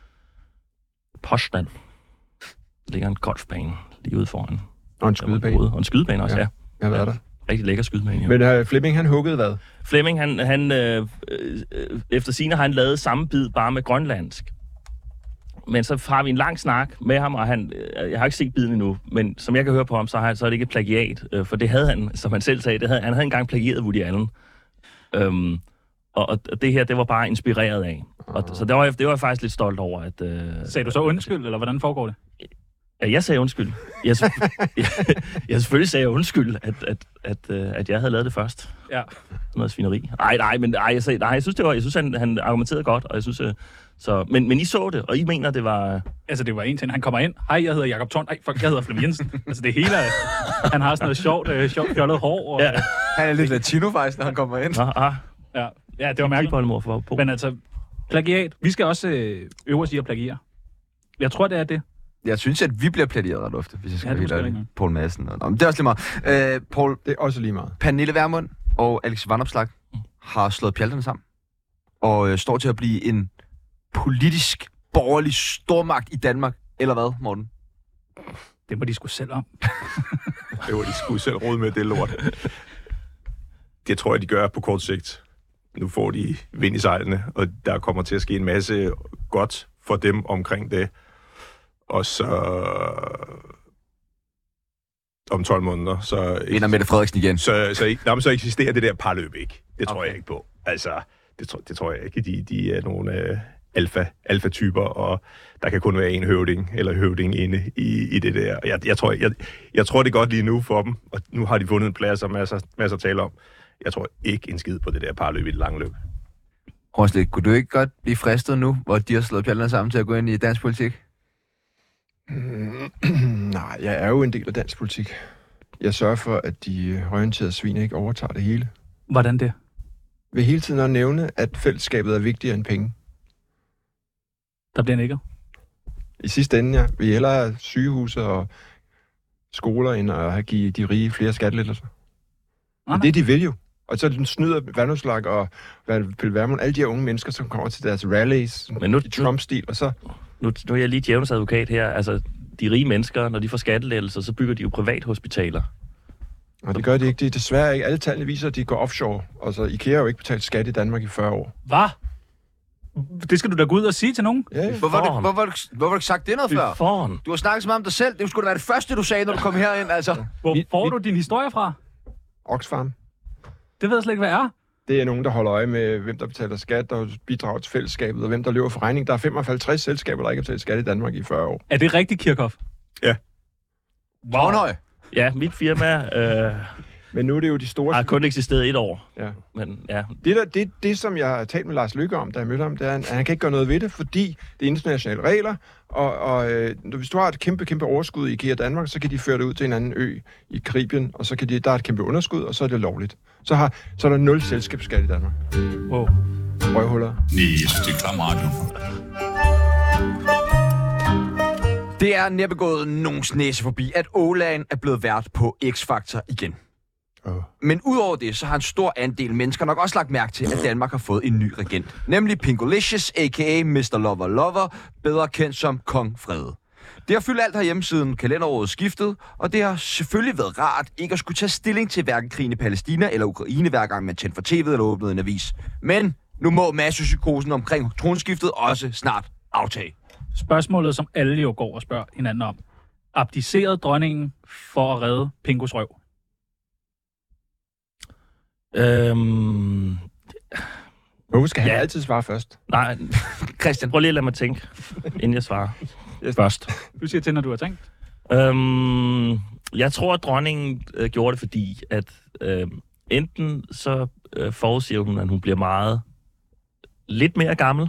Poznan. Der ligger en golfbane lige ude foran. Og en Der, hvor jeg skydebane. boede. Og en skydebane også, Ja. ja. Jeg har været der. Rigtig lækker skydebane, jo. Men uh, Flemming, han huggede hvad? Flemming, han, han øh, øh, efter sine har han lavet samme bid, bare med grønlandsk. Men så har vi en lang snak med ham, og han, øh, jeg har ikke set biden endnu, men som jeg kan høre på ham, så, har, så er det ikke et plagiat, øh, for det havde han, som han selv sagde, det havde, han havde engang plagieret Woody Allen. Øhm, og, og det her, det var bare inspireret af. Og, så det var, jeg- det var jeg faktisk lidt stolt over, at... Øh, Sagde du så undskyld, eller hvordan foregår det? Ja, jeg sagde undskyld. Jeg, jeg, jeg selvfølgelig sagde jeg undskyld, at, at, at, øh, at jeg havde lavet det først. Ja. Noget svineri. Nej, nej, men nej, jeg, sagde, nej, jeg synes, det var, jeg synes han, han argumenterede godt, og jeg synes, øh, så, men, men I så det, og I mener, det var... Altså, det var en ting. Han kommer ind. Hej, jeg hedder Jakob Thorn. Ej, fuck, jeg hedder Flemming Jensen. Altså, det hele er... Han har sådan noget sjovt, øh, sjovt fjollet hår. Og, Ja. Han er lidt latino faktisk, når han kommer ind. Nå, ah, ja. ja, det var mærkeligt. Tipoldemor for på. Men altså, plagiat. Vi skal også øh, øve os i at plagiere. Jeg tror, det er det. Jeg synes, at vi bliver plagieret ret ofte, hvis jeg skal Ja, være det er helt måske ærlig. rigtigt. Poul Madsen. Og, Nå, men det er også lige meget. Øh, Poul, Det er også lige meget. Pernille Vermund og Alex Vanopslagh har slået pjalterne sammen. Og øh, står til at blive en politisk, borgerlig stormagt i Danmark. Eller hvad, Morten? Det må de sgu selv om. Det var de skulle selv råde med, det lort. Det tror jeg, de gør på kort sigt. Nu får de vind i sejlene, og der kommer til at ske en masse godt for dem omkring det. Og så om tolv måneder, så, Vinder Mette Frederiksen igen. så, så, ikke, nej, men så eksisterer det der parløb ikke. Det tror Okay. jeg ikke på. Altså, det, tror, det tror jeg ikke. De, de er nogle øh, alfa, alfa-typer, og der kan kun være en høvding eller høvding inde i, i det der. Jeg, jeg, tror, jeg, jeg tror, det er godt lige nu for dem, og nu har de fundet en plads og masser, masser at tale om. Jeg tror ikke en skid på det der parløb i det lange løb. Hornslet, kunne du ikke godt blive fristet nu, hvor de har slået pjalterne sammen til at gå ind i dansk politik? Nej, jeg er jo en del af dansk politik. Jeg sørger for, at de øh, højorienterede svin ikke overtager det hele. Hvordan det? Ved hele tiden at nævne, at fællesskabet er vigtigere end penge. Der bliver nikket. I sidste ende, ja. Vi hellere have sygehuse og skoler, end at have give de rige flere skattelettelser. Nej, Det er det, de vil jo. Og så den snyder Vanopslagh og Pelle Vermund, alle de her unge mennesker, som kommer til deres rallies Men nu- i Trump-stil, og så... Nu, nu er jeg lige djævnens advokat her. Altså, de rige mennesker, når de får skattelettelser, så bygger de jo privathospitaler. Og det gør de ikke. De er desværre ikke. Alle tallene viser, at de går offshore. Altså, IKEA har jo ikke betalt skat i Danmark i fyrre år. Hvad? Det skal du da gå ud og sige til nogen. Ja, ja. Hvorfor har du, hvorfor, har du, hvorfor har du ikke sagt det noget før? Foran. Du har snakket så meget om dig selv. Det skulle da være det første, du sagde, når du kom herind, altså. Hvor Vi- får vi- du din historie fra? Oxfam. Det ved jeg slet ikke, hvad er. Det er nogen, der holder øje med, hvem der betaler skat og bidrager til fællesskabet, og hvem der løber for regning. Der er femoghalvtreds selskaber, der ikke har betalt skat i Danmark i fyrre år. Er det rigtigt, Kirchhoff? Ja. Tårnhøj. Ja, mit firma øh, Men nu er det jo de store... har kun eksisteret et år. Ja. Men ja, Det, der, det, det, som jeg har talt med Lars Løkke om, da jeg mødte ham, det er, at han kan ikke gøre noget ved det, fordi det er internationale regler, og, og øh, hvis du har et kæmpe, kæmpe overskud i IKEA Danmark, så kan de føre det ud til en anden ø i Karibien, og så kan de, der er et kæmpe underskud, og så er det lovligt. Så, har, så er der nul selskabsskat i Danmark. Wow. Røvhuller. Nej, jeg synes, det er klam radio. Det er næppe gået nogens næse forbi, at Åland er blevet vært på X-Factor igen. Oh. Men udover det, så har en stor andel mennesker nok også lagt mærke til, at Danmark har fået en ny regent. Nemlig Pingolicious, a k a. mister Lover Lover, bedre kendt som Kong Frede. Det har fyldt alt herhjemme siden kalenderåret skiftede, og det har selvfølgelig været rart ikke at skulle tage stilling til hverken krigen i Palæstina eller Ukraine, hver gang man tændte for tv'et eller åbnede en avis. Men nu må massepsykosen omkring tronskiftet også snart aftage. Spørgsmålet, som alle jo går og spørger hinanden om. Abdicerede dronningen for at redde Pingos røv? øhm, Hvorfor skal han Ja. altid svare først? nej, Christian. prøv lige at lade mig tænke, inden jeg svarer Yes. først. Du siger til, når du har tænkt. Øhm, jeg tror, at dronningen øh, gjorde det, fordi at øh, enten så øh, forudsiger hun, at hun bliver meget lidt mere gammel,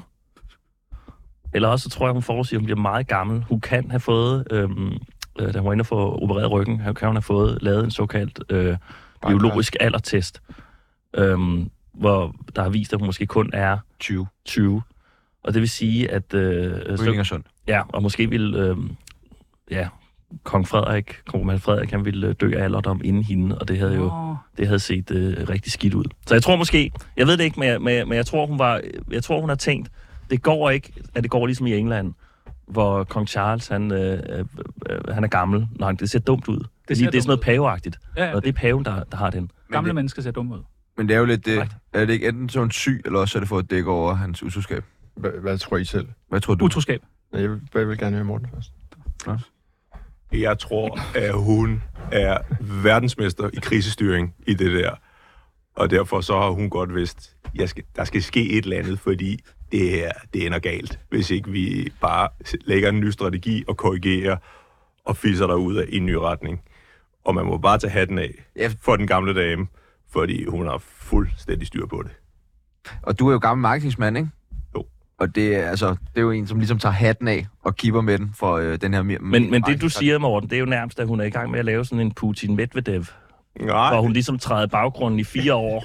eller også så tror jeg, hun forudsiger, at hun bliver meget gammel. Hun kan have fået, øh, øh, da hun var inde for at operere ryggen, kan hun have fået lavet en såkaldt øh, biologisk aldertest, øh, hvor der har vist, at hun måske kun er tyve. tyve. Og det vil sige, at øh, så, Sund. ja, og måske vil øh, ja, kong Frederik, kong Frederik, han ville øh, dø af alderdom inden hende, og det havde jo Åh. det havde set øh, rigtig skidt ud. Så jeg tror måske, jeg ved det ikke, men jeg, men, men jeg tror hun var, jeg tror hun har tænkt, det går ikke, at det går ligesom i England, hvor kong Charles han øh, øh, han er gammel, når han det ser dumt ud. Det, ser det er sådan dumt noget ud. paveagtigt, Ja, ja, og det er paven der der har den. Gamle det- mennesker ser dumme ud. Men det er jo lidt det. Korrekt. Er det ikke enten så er hun syg, eller også er det for at dække over hans utroskab? Hvad, hvad tror I selv? Hvad tror du? Utroskab. Jeg vil, jeg vil gerne høre Morten først. Jeg tror, at hun er verdensmester i krisestyring i det der. Og derfor så har hun godt vidst, at skal, der skal ske et eller andet, fordi det her, det ender galt. Hvis ikke vi bare lægger en ny strategi og korrigerer og fisser der ud af en ny retning. Og man må bare tage hatten af Ja. for den gamle dame, fordi hun har fuldstændig styr på det. Og du er jo gammel marketingsmand, ikke? Jo. Og det er, altså, det er jo en, som ligesom tager hatten af og kipper med den for øh, den her... Men, men det du siger, Morten, det er jo nærmest, at hun er i gang med at lave sådan en Putin-Medvedev, Nej, hvor hun ligesom træder baggrunden i fire år,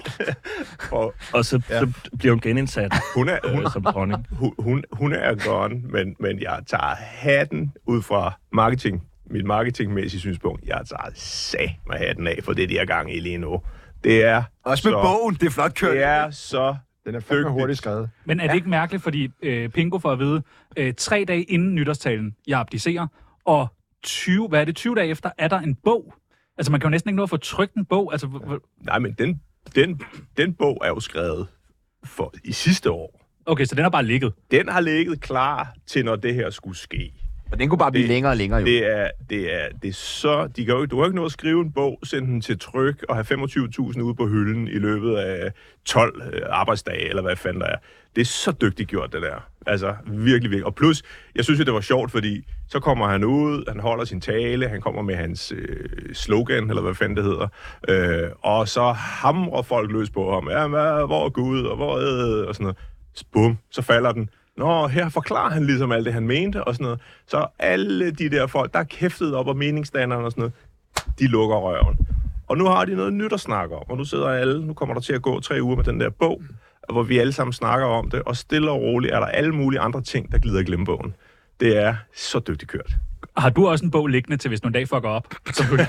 og og så, Ja. så bliver hun genindsat hun er, hun, øh, som dronning. hun, hun, hun er gone, men, men jeg tager hatten ud fra marketing, mit marketingmæssige synspunkt. Jeg tager sag med hatten af for det, de er gang i lige nu. Det er Også med så, bogen, det er flot kørt. Det er så... Den er fandme Dygtigt. hurtigt skrevet. Men er det ikke mærkeligt, fordi øh, Pingo får at vide, øh, tre dage inden nytårstalen, jeg abdicerer, og tyve, hvad er det, tyve dage efter, er der en bog? Altså, man kan jo næsten ikke nå at få trykt en bog. Altså, h- h- Nej, men den, den, den bog er jo skrevet for i sidste år. okay, så den har bare ligget. Den har ligget klar til, når det her skulle ske. Og den kunne bare blive Det- længere og længere, jo. Det er, det er, det er så... De kan jo, du har ikke nået at skrive en bog, sende den til tryk og have femogtyve tusind ude på hylden i løbet af tolv øh, arbejdsdage, eller hvad fanden der er. Det er så dygtigt gjort, det der. Altså, virkelig, virkelig. Og plus, jeg synes jo, det var sjovt, fordi så kommer han ud, han holder sin tale, han kommer med hans øh, slogan, eller hvad fanden det hedder, øh, og så hamrer folk løs på ham. Ja, hvad, hvor er Gud, og hvor er... og sådan noget. Bum, så falder den. Nå, her forklarer han ligesom alt det, han mente, og sådan noget. Så alle de der folk, der er kæftet op, og meningsdannerne og sådan noget, de lukker røven. Og nu har de noget nyt at snakke om, og nu sidder alle, nu kommer der til at gå tre uger med den der bog, hvor vi alle sammen snakker om det, og stille og roligt er der alle mulige andre ting, der glider i glemmebogen. Det er så dygtigt kørt. Har du også en bog liggende til, hvis nogle dag fucker op? Så du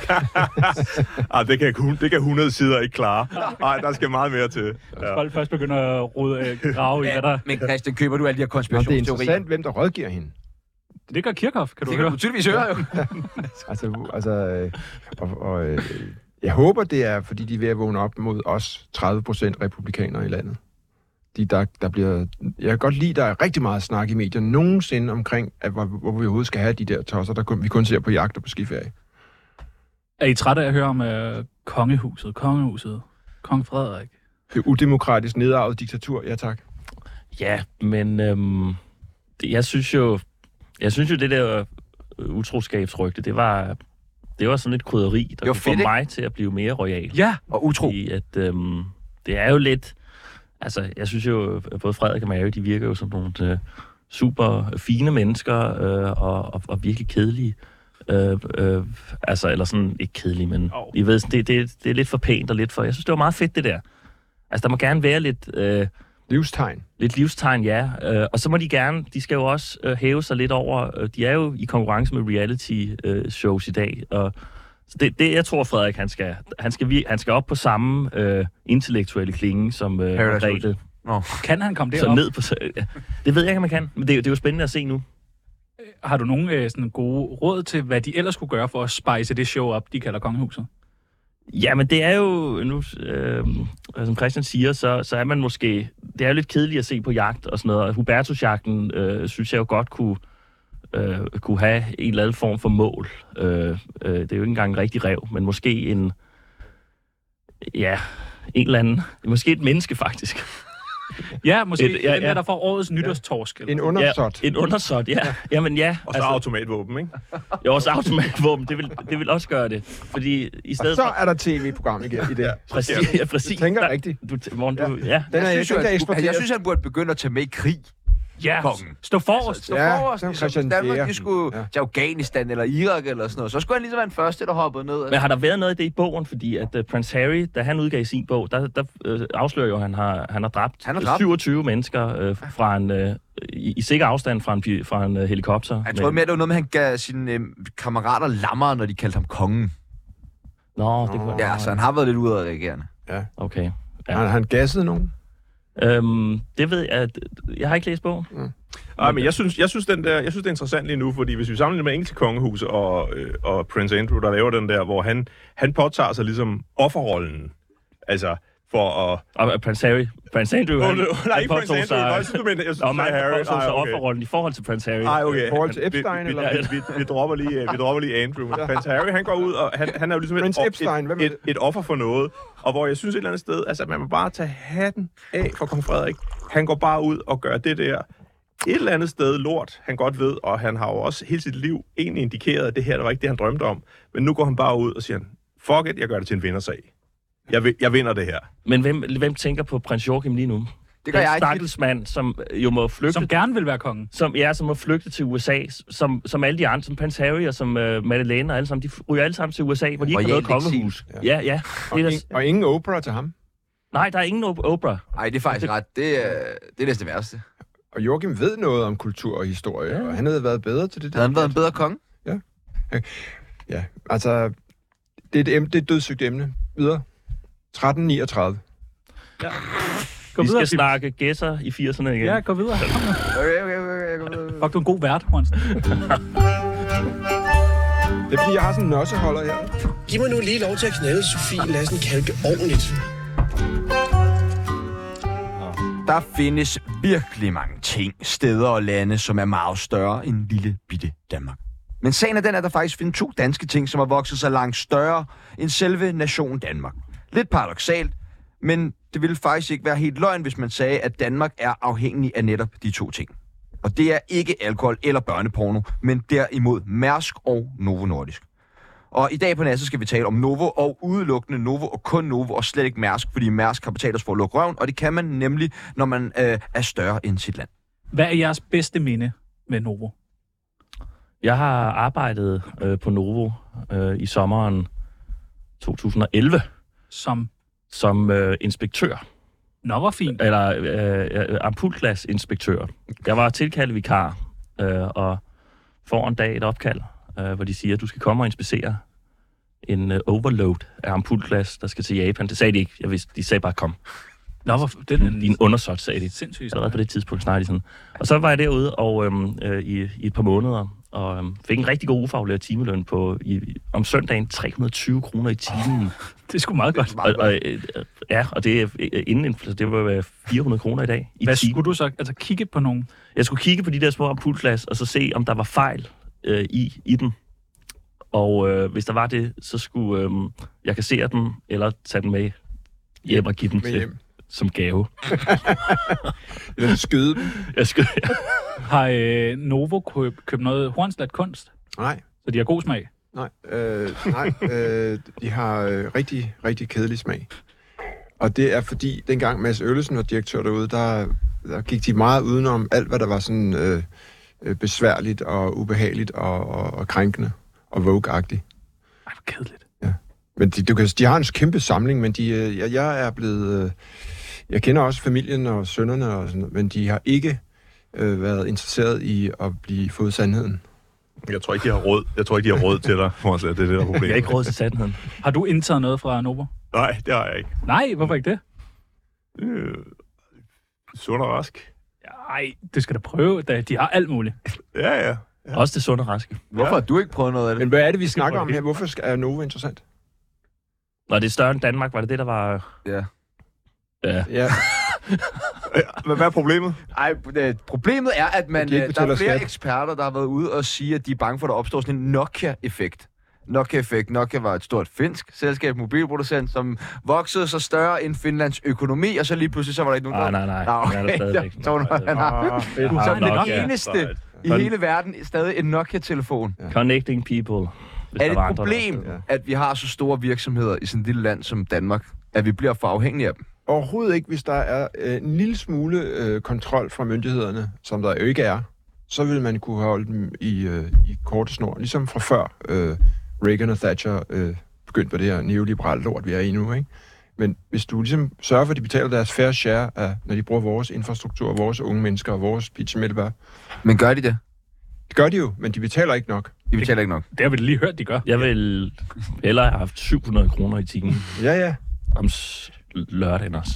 ah, det, kan, kun- det kan hundrede sider ikke klare. Nej, der skal meget mere til. Ja. folk først begynder at rode, øh, grave i, hvad der... Men Christian, køber du alle de her Nå, det er konspirationsteorier? interessant, hvem der rådgiver hende. Det gør Kirchhoff, kan du Det kan høre. du tydeligvis høre, jo. Altså, altså øh, og, og, øh, Jeg håber, det er, fordi de er ved at vågne op mod os tredive procent republikanere i landet. De, der, der bliver, jeg kan godt lide, at der er rigtig meget snak i medierne nogensinde omkring, at, hvor, hvor vi overhovedet skal have de der tosser, der kun, vi kun ser på jagt og på skiferie. Er I trætte af at høre om øh, kongehuset, kongehuset, kong Frederik? Det er udemokratisk nedarvet diktatur, ja tak. Ja, men øhm, det, jeg synes jo, jeg synes jo, det der utroskabsrygte, det var, det var sådan lidt krydderi, der kunne få mig til at blive mere royal. Ja, og utro. Fordi at, øhm, det er jo lidt, altså jeg synes jo, både Frederik og Mary, de virker jo som nogle øh, super fine mennesker øh, og, og, og virkelig kedelige. Øh, øh, altså, eller sådan, ikke kedelige, men oh. I ved, det, det, det er lidt for pænt og lidt for, jeg synes, det var meget fedt det der. Altså, der må gerne være lidt... Øh, livstegn. Lidt livstegn, ja. Øh, og så må de gerne, de skal jo også øh, hæve sig lidt over, øh, de er jo i konkurrence med reality-shows øh, i dag, og så det, det, jeg tror, Frederik, han skal, han skal, han skal op på samme øh, intellektuelle klinge som øh, Margrethe. No. Kan han komme derop? Så ned på... Ja. Det ved jeg ikke, om man kan, men det, det er jo spændende at se nu. Har du nogle øh, sådan gode råd til, hvad de ellers skulle gøre for at spice det show op, de kalder kongehuset? Ja, men det er jo, nu, øh, som Christian siger, så, så er man måske... Det er jo lidt kedeligt at se på jagt og sådan noget. Hubertusjagten øh, synes jeg jo godt kunne, øh, kunne have en eller anden form for mål. Øh, øh, det er jo ikke engang en rigtig ræv, men måske en... Ja, en eller anden... Måske et menneske, faktisk. Ja, måske et, ja, den ja. der, der får årets nytårstorsk. En undersåt. Ja, en undersåt, ja. ja. Jamen ja. Og så altså, automatvåben, ikke? Jo, også automatvåben. Det vil, det vil også gøre det. Fordi i stedet og så er der tv-program igen i det. Ja, præcis. Ja, præcis. Du tænker rigtigt. Du, Morgen, du, ja. ja. Den er, jeg, synes, jeg, jeg, jeg synes, han burde begynde at tage med i krig. Ja, kongen. Stå forrest. Stå ja, forrest. Som Ligesom, hvis Danmark de skulle ja. til Afghanistan eller Irak eller sådan noget, så skulle han ligesom være den første, der hoppede ned. Men har der været noget af det i bogen? Fordi at uh, Prince Harry, da han udgav sin bog, der, der uh, afslører jo, at han har, han har dræbt, han har dræbt syvogtyve mennesker uh, fra en, uh, i, i sikker afstand fra en, fra en uh, helikopter. Jeg tror mere, det var noget med, at han gav sine uh, kammerater lammer, når de kaldte ham kongen. Nå, det kunne Ja, så han har været lidt udadreagerende. Ja. Okay. Ja. Har han gasset nogen? Øhm, det ved jeg. Jeg har ikke læst bogen. Mm. Ej, men jeg synes, jeg synes, den der, jeg synes, det er interessant lige nu, fordi hvis vi sammenligner med engelske kongehus og, øh, og Prince Andrew, der laver den der, hvor han, han påtager sig ligesom offerrollen. Altså, for at... Og Prince Harry. Prince Andrew, oh, han, nej, han ikke Prince Andrew. Nej, jeg synes, du mener, jeg synes, og man Harry. påtog sig offerrollen i forhold til Prince Harry. Ej, okay. I forhold til Epstein, vi, eller? Vi, vi, vi, vi, dropper lige, vi dropper lige Andrew. Men Prince Harry, han går ud, og han, han er jo ligesom Prince et, Epstein, et, et, et offer for noget. Og hvor jeg synes et eller andet sted, altså man må bare tage hatten af for kong Frederik. Han går bare ud og gør det der et eller andet sted lort, han godt ved, og han har jo også hele sit liv egentlig indikeret, at det her det var ikke det, han drømte om. Men nu går han bare ud og siger, fuck it, jeg gør det til en vindersag. Jeg, jeg vinder det her. Men hvem, hvem tænker på prins Joachim lige nu? Det gør jeg ikke. Stakkelsmand, som jo må flygte... Som gerne vil være kongen. Som, ja, som må flygte til U S A, som, som alle de andre, som Prins Harry og som uh, Madeleine og alle sammen, de ryger alle sammen til U S A, hvor de ikke har noget kongehus. Ja, ja. ja. Og, det er ing, og ingen Oprah til ham? Nej, der er ingen Oprah. Nej, det er faktisk det, ret. Det er, det er næsten det værste. Og Joachim ved noget om kultur og historie, ja. Og han havde været bedre til det. Havde han været en bedre konge? Ja. Ja, altså, det er et, emne, det er et dødssygt emne. Videre. tretten niogtredive. Ja. Gå Vi videre, skal snakke gæsser i firserne igen. Ja, gå videre. Okay, okay, okay. Gå videre. Fuck, du er en god vært, Hornsen. Det er fordi, jeg har sådan en nosseholder her. Giv mig nu lige lov til at knalde Sofie Lassen Kalke ordentligt. Der findes virkelig mange ting, steder og lande, som er meget større end lille bitte Danmark. Men sagen er den, at der faktisk findes to danske ting, som har vokset sig langt større end selve nationen Danmark. Lidt paradoksalt, men det ville faktisk ikke være helt løgn, hvis man sagde, at Danmark er afhængig af netop de to ting. Og det er ikke alkohol eller børneporno, men derimod Mærsk og Novo Nordisk. Og i dag på næste skal vi tale om Novo og udelukkende Novo og kun Novo og slet ikke Mærsk, fordi Mærsk har betalt os for at lukke røven, og det kan man nemlig, når man øh, er større end sit land. Hvad er jeres bedste minde med Novo? Jeg har arbejdet øh, på Novo øh, i sommeren to tusind og elleve. Som? Som øh, inspektør. Nå, hvor fint. Eller øh, ampulglasinspektør. Jeg var tilkaldt vikar, øh, og får en dag et opkald, øh, hvor de siger, at du skal komme og inspicere en øh, overload af ampulglas, der skal til Japan. Det sagde de ikke. Jeg vidste, de sagde bare, kom. Nå, hvor... Det er en... Din undersåt, sagde de. Sindssygt. Allerede på det tidspunkt snakkede de sådan. Og så var jeg derude og, øhm, øh, i, i et par måneder og øhm, fik en rigtig god ufaglært timeløn på i, om søndagen tre hundrede og tyve kroner i timen. Det er sgu meget godt. Og, og, øh, ja, og det er øh, inden det var fire hundrede kroner i dag. I Hvad timen. skulle du så altså kigge på nogen? Jeg skulle kigge på de der små ampulglas, og så se, om der var fejl øh, i, i den. Og øh, hvis der var det, så skulle øh, jeg kassere den, eller tage den med hjem og give den Med til hjem. som gave. Eller skyde dem. Jeg skal, Har øh, Novo køb, købt noget Hornslet kunst, Nej. så de har god smag? Nej, øh, nej øh, de har øh, rigtig, rigtig kedelig smag. Og det er fordi, dengang Mads Øllesen var direktør derude, der, der gik de meget udenom alt, hvad der var sådan øh, øh, besværligt og ubehageligt og, og, og krænkende og vogue-agtigt. Ej, hvor kedeligt. Men de, du kan, de har en kæmpe samling, men de, øh, jeg, jeg er blevet... Øh, jeg kender også familien og sønnerne, og sådan, men de har ikke øh, været interesseret i at blive fået sandheden. Jeg tror ikke, de har råd. Jeg tror ikke, de har råd til dig, Hornslet. Det er det, der er problemet. jeg har ikke råd til sandheden. Har du indtaget noget fra Novo? Nej, det har jeg ikke. Nej, hvorfor ikke det? Øh, sund og rask. Nej, det skal da prøve. Da de har alt muligt. Ja, ja. Ja. Også det sunde og raske. Hvorfor har du ikke prøvet noget af det? Men hvad er det, vi snakker om her? Hvorfor skal- er Novo interessant? Når det er større end Danmark, var det det, der var... Ja. Ja. Ja, Hvad hvad er problemet? Ej, det, problemet er, at man, De ikke øh, der er betaler flere skat. eksperter, der har været ude og sige, at de er bange for, at der opstår sådan en Nokia-effekt. Nokia-effekt. Nokia var et stort finsk selskab, mobilproducent, som voksede så større end Finlands økonomi, og så lige pludselig så var der ikke nogen... Nej, nej, nej. Nå, Den er der okay. stadigvæk. Ja, så han har, ah, fedt. Du har så en den Nokia. eneste i Sådan. hele verden stadig en Nokia-telefon. Connecting people. Hvis Er der det var et andre, problem, Ja. at vi har så store virksomheder i sådan et lille land som Danmark, at vi bliver for afhængige af dem? Overhovedet ikke, hvis der er øh, en lille smule øh, kontrol fra myndighederne, som der jo ikke er, så vil man kunne holde dem i, øh, i korte snor, ligesom fra før øh, Reagan og Thatcher øh, begyndte på det her neoliberale lort, vi er i nu, ikke? Men hvis du ligesom sørger for, at de betaler deres fair share, af, når de bruger vores infrastruktur, vores unge mennesker og vores pizzamælbær, Men gør de det? det gør de jo, men de betaler ikke nok. De betaler ikke nok. Det har vi da lige hørt, de gør. Jeg vil hellere have haft syv hundrede kroner i timen Ja, ja. om s- lørdagen også.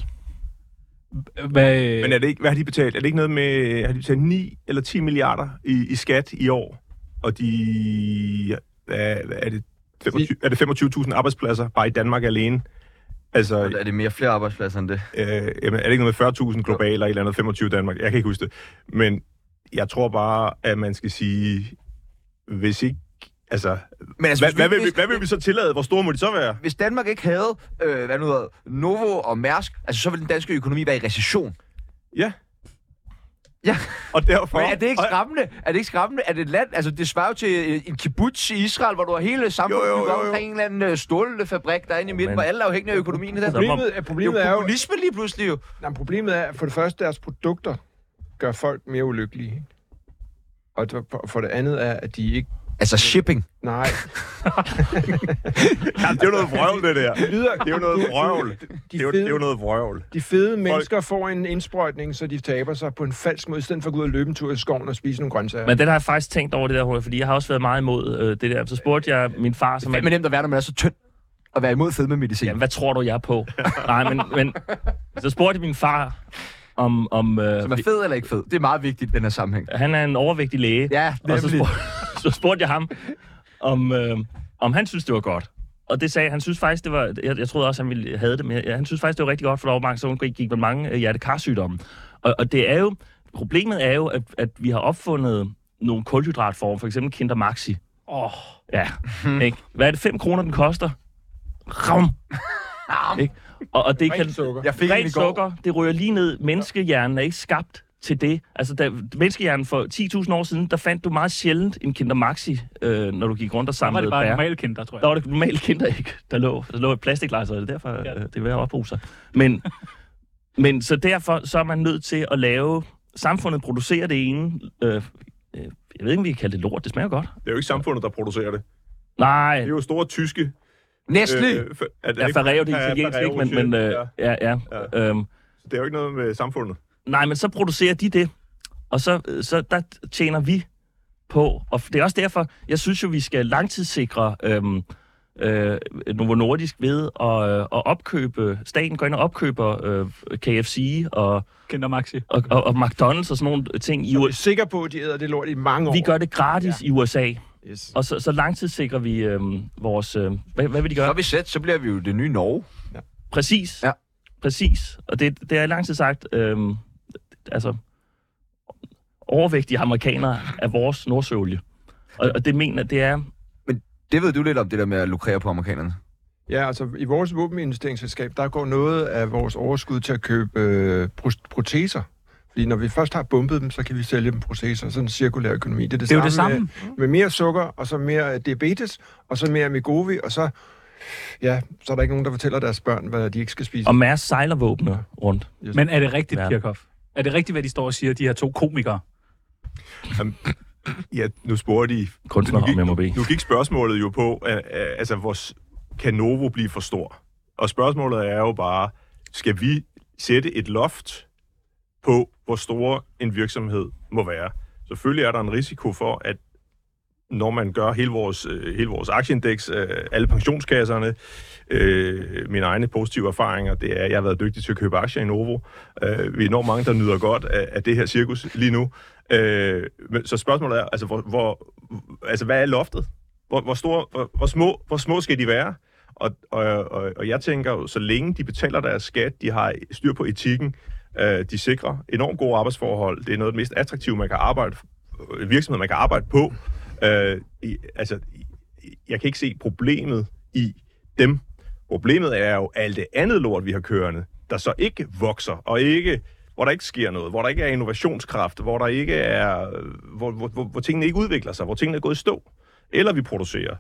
Hvad, Men er det ikke, hvad har de betalt? Er det ikke noget med, har de betalt ni eller ti milliarder i, i skat i år? Og de, hvad, hvad er det, femogtyve, er det femogtyve tusind arbejdspladser bare i Danmark alene? Altså, Er det mere flere arbejdspladser end det? øh, jamen, er det ikke noget med fyrre tusind globale eller et eller andet femogtyve i Danmark? Jeg kan ikke huske det. Men jeg tror bare, at man skal sige, hvis ikke, altså, Men altså, hvad, hvis hvad, vi- vil, vi, hvis- hvad vil vi så tillade? Hvor store må de så være? Hvis Danmark ikke havde, øh, hvad nu hedder, Novo og Mærsk, altså så ville den danske økonomi være i recession. Ja. Ja. Og derfor... Men er det ikke og- skræmmende? Er det ikke skræmmende, at et land, altså det svarer jo til øh, en kibbutz i Israel, hvor du har hele samfundet Jo, jo, bygget op jo, jo. omkring en eller anden øh, stålfabrik, der er inde i midten, Men- hvor alle er afhængige af økonomien i den. Så må- Problemet, er, Det er problemet er jo jo... kommunisme lige pludselig jo. Nej, problemet er, at for det første, deres produkter gør folk mere ulykkelige. ikke? Og for- for det andet er, at de ikke... Altså shipping. Nej, Ja, det er jo noget vrøvl, det der. det lyder... Det er jo noget vrøvl. De Det er jo, det er jo fede, noget vrøvl. de fede mennesker får en indsprøjtning, så de taber sig på en falsk måde, i stedet for at gå ud og løbe en tur i skoven og spise nogle grøntsager. Men den har jeg faktisk tænkt over det der, fordi jeg har også været meget imod øh, det der. Så spurgte jeg min far, som Det er er... fandme nemt at være, når man er så tynd. At være imod fedmemedicin. Jamen, hvad tror du, jeg er på? Nej, men, men så spurgte jeg min far, om... om øh, Som er fed eller ikke fed. Det er meget vigtigt, den her sammenhæng. han er en overvægtig læge. Ja, Og så nemlig. spurgte, så spurgte jeg ham, om, øh, om han synes, det var godt. Og det sagde han, synes faktisk, det var... Jeg, jeg troede også, han ville have det, men ja, han synes faktisk, det var rigtig godt, for der var mange, så gik, gik med mange øh, hjertekarsygdomme. Og, og det er jo... Problemet er jo, at, at vi har opfundet nogle kulhydratformer, for eksempel Kinder Maxi. Åh, oh, Ja, ikke? Hvad er det? fem kroner, den koster? Ram! Ikke? Og, og det kan... Rent sukker. Jeg fik en i Rent går. sukker, det ryger lige ned. Menneskehjernen er ikke skabt til det. Altså, da menneskehjernen for ti tusind år siden, der fandt du meget sjældent en Kinder Maxi, øh, når du gik rundt og så var samlede det bare bær. normale kinder, tror jeg. Der var det normale Kinder ikke, der lå. Der lå et plastikglas, og det er derfor, Ja. øh, det er ved at opbruge sig. Men, men så derfor så er man nødt til at lave... Samfundet producerer det ene... Øh, øh, jeg ved ikke, om vi kan kalde det lort. Det smager godt. Det er jo ikke samfundet, der producerer det. Nej, Det er jo store tyske... Nestlé. Øh, f- er det ja, ikke- Ferrero, det er Ja, italiensk, Ferrero ikke? Men, men øh, ja. ja, ja. Øhm, Det er jo ikke noget med samfundet. Nej, men så producerer de det, og så, så der tjener vi på. Og det er også derfor, jeg synes jo, vi skal langtidssikre øhm, øh, Novo Nordisk ved at, øh, at opkøbe, staten går ind og opkøber øh, K F C og, Kinder Maxi. og, og, og McDonald's og sådan nogle ting i Så U vi er sikre på, at de æder det lort i mange år. Vi gør det gratis ja. i U S A, Yes. og så, så langtidssikrer vi øh, vores... Øh, hvad, hvad vil de gøre? Så er vi sæt, så bliver vi jo det nye Norge. Præcis. Ja. Præcis. Og det, det er i lang tid sagt, øhm, altså, overvægtige amerikanere er vores nordsøolie. Og, og det mener, det er... Det ved du lidt om, det der med at lukrere på amerikanerne. Ja, altså i vores våbeninvesteringsselskab, der går noget af vores overskud til at købe øh, pro- proteser. Fordi når vi først har bumpet dem, så kan vi sælge dem proteser. Sådan en cirkulær økonomi. Det er det, Det er jo det samme samme. Med, med mere sukker, og så mere diabetes, og så mere Wegovy, og så... Ja, så er der ikke nogen, der fortæller deres børn, hvad de ikke skal spise. Og Mærs sejler våbne rundt. Men er det rigtigt, Ja. Kirchhoff? Er det rigtigt, hvad de står og siger, de her to komikere? Um, ja, nu spurgte de... Kunstner, nu gik, om jeg må bede. nu gik spørgsmålet jo på, uh, uh, altså, hvor s- kan Novo blive for stor? Og spørgsmålet er jo bare, skal vi sætte et loft på, hvor stor en virksomhed må være? Selvfølgelig er der en risiko for, at når man gør hele vores, øh, hele vores aktieindeks, øh, alle pensionskasserne, øh, mine egne positive erfaringer, det er, at jeg har været dygtig til at købe aktier i Novo. Øh, vi er enormt mange, der nyder godt af, af det her cirkus lige nu. Øh, men, så spørgsmålet er, altså, hvor, hvor, altså, hvad er loftet? Hvor, hvor, store, hvor, hvor, små, hvor små skal de være? Og, og, og, og jeg tænker jo, så længe de betaler deres skat, de har styr på etikken, øh, de sikrer enormt gode arbejdsforhold, det er noget af det mest attraktive, man kan arbejde, virksomhed, man kan arbejde på. Øh, i, altså, jeg kan ikke se problemet i dem. Problemet er jo alt det andet lort, vi har kørende, der så ikke vokser, og ikke, hvor der ikke sker noget, hvor der ikke er innovationskraft, hvor der ikke er, hvor, hvor, hvor, hvor tingene ikke udvikler sig, hvor tingene er gået i stå, eller vi producerer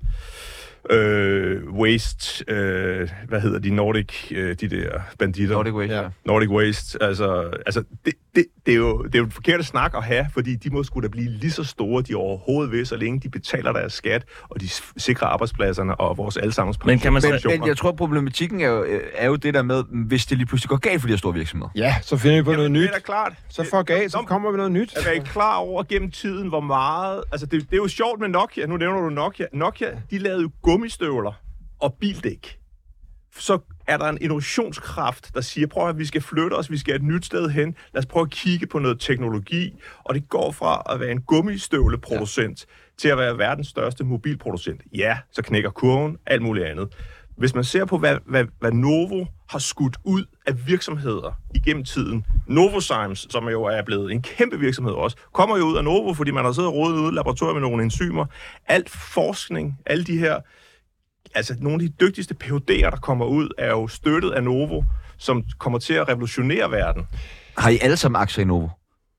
øh, waste, øh, hvad hedder de, Nordic, øh, de der banditter. Nordic Waste, ja. Nordic Waste, altså, altså det, det, det, er jo, det er jo et forkert snak at have, fordi de må sgu da blive lige så store, de overhovedet vil, så længe de betaler deres skat, og de sikrer arbejdspladserne og vores allesammens Men kan man så- pensioner. Men jeg tror, problematikken er jo, er jo det der med, hvis det lige pludselig går galt for de her store virksomheder. Ja, så finder vi på noget Det nyt. er da klart. Så fuck af, så kommer vi noget nyt. Er I klar over gennem tiden, hvor meget... Altså, det, det er jo sjovt med Nokia. Nu nævner du Nokia. Nokia, de lavede jo gummistøvler og bildæk. Så er der en innovationskraft, der siger, prøv at vi skal flytte os, vi skal et nyt sted hen. Lad os prøve at kigge på noget teknologi. Og det går fra at være en gummistøvleproducent ja. til at være verdens største mobilproducent. Ja, så knækker kurven, alt muligt andet. Hvis man ser på, hvad, hvad, hvad Novo har skudt ud af virksomheder igennem tiden. Novozymes, som jo er blevet en kæmpe virksomhed også, kommer jo ud af Novo, fordi man har siddet og rodet ude i laboratoriet med nogle enzymer. Alt forskning, alle de her, altså nogle af de dygtigste P H D'er, der kommer ud, er jo støttet af Novo, som kommer til at revolutionere verden. Har I alle sammen aktier i Novo?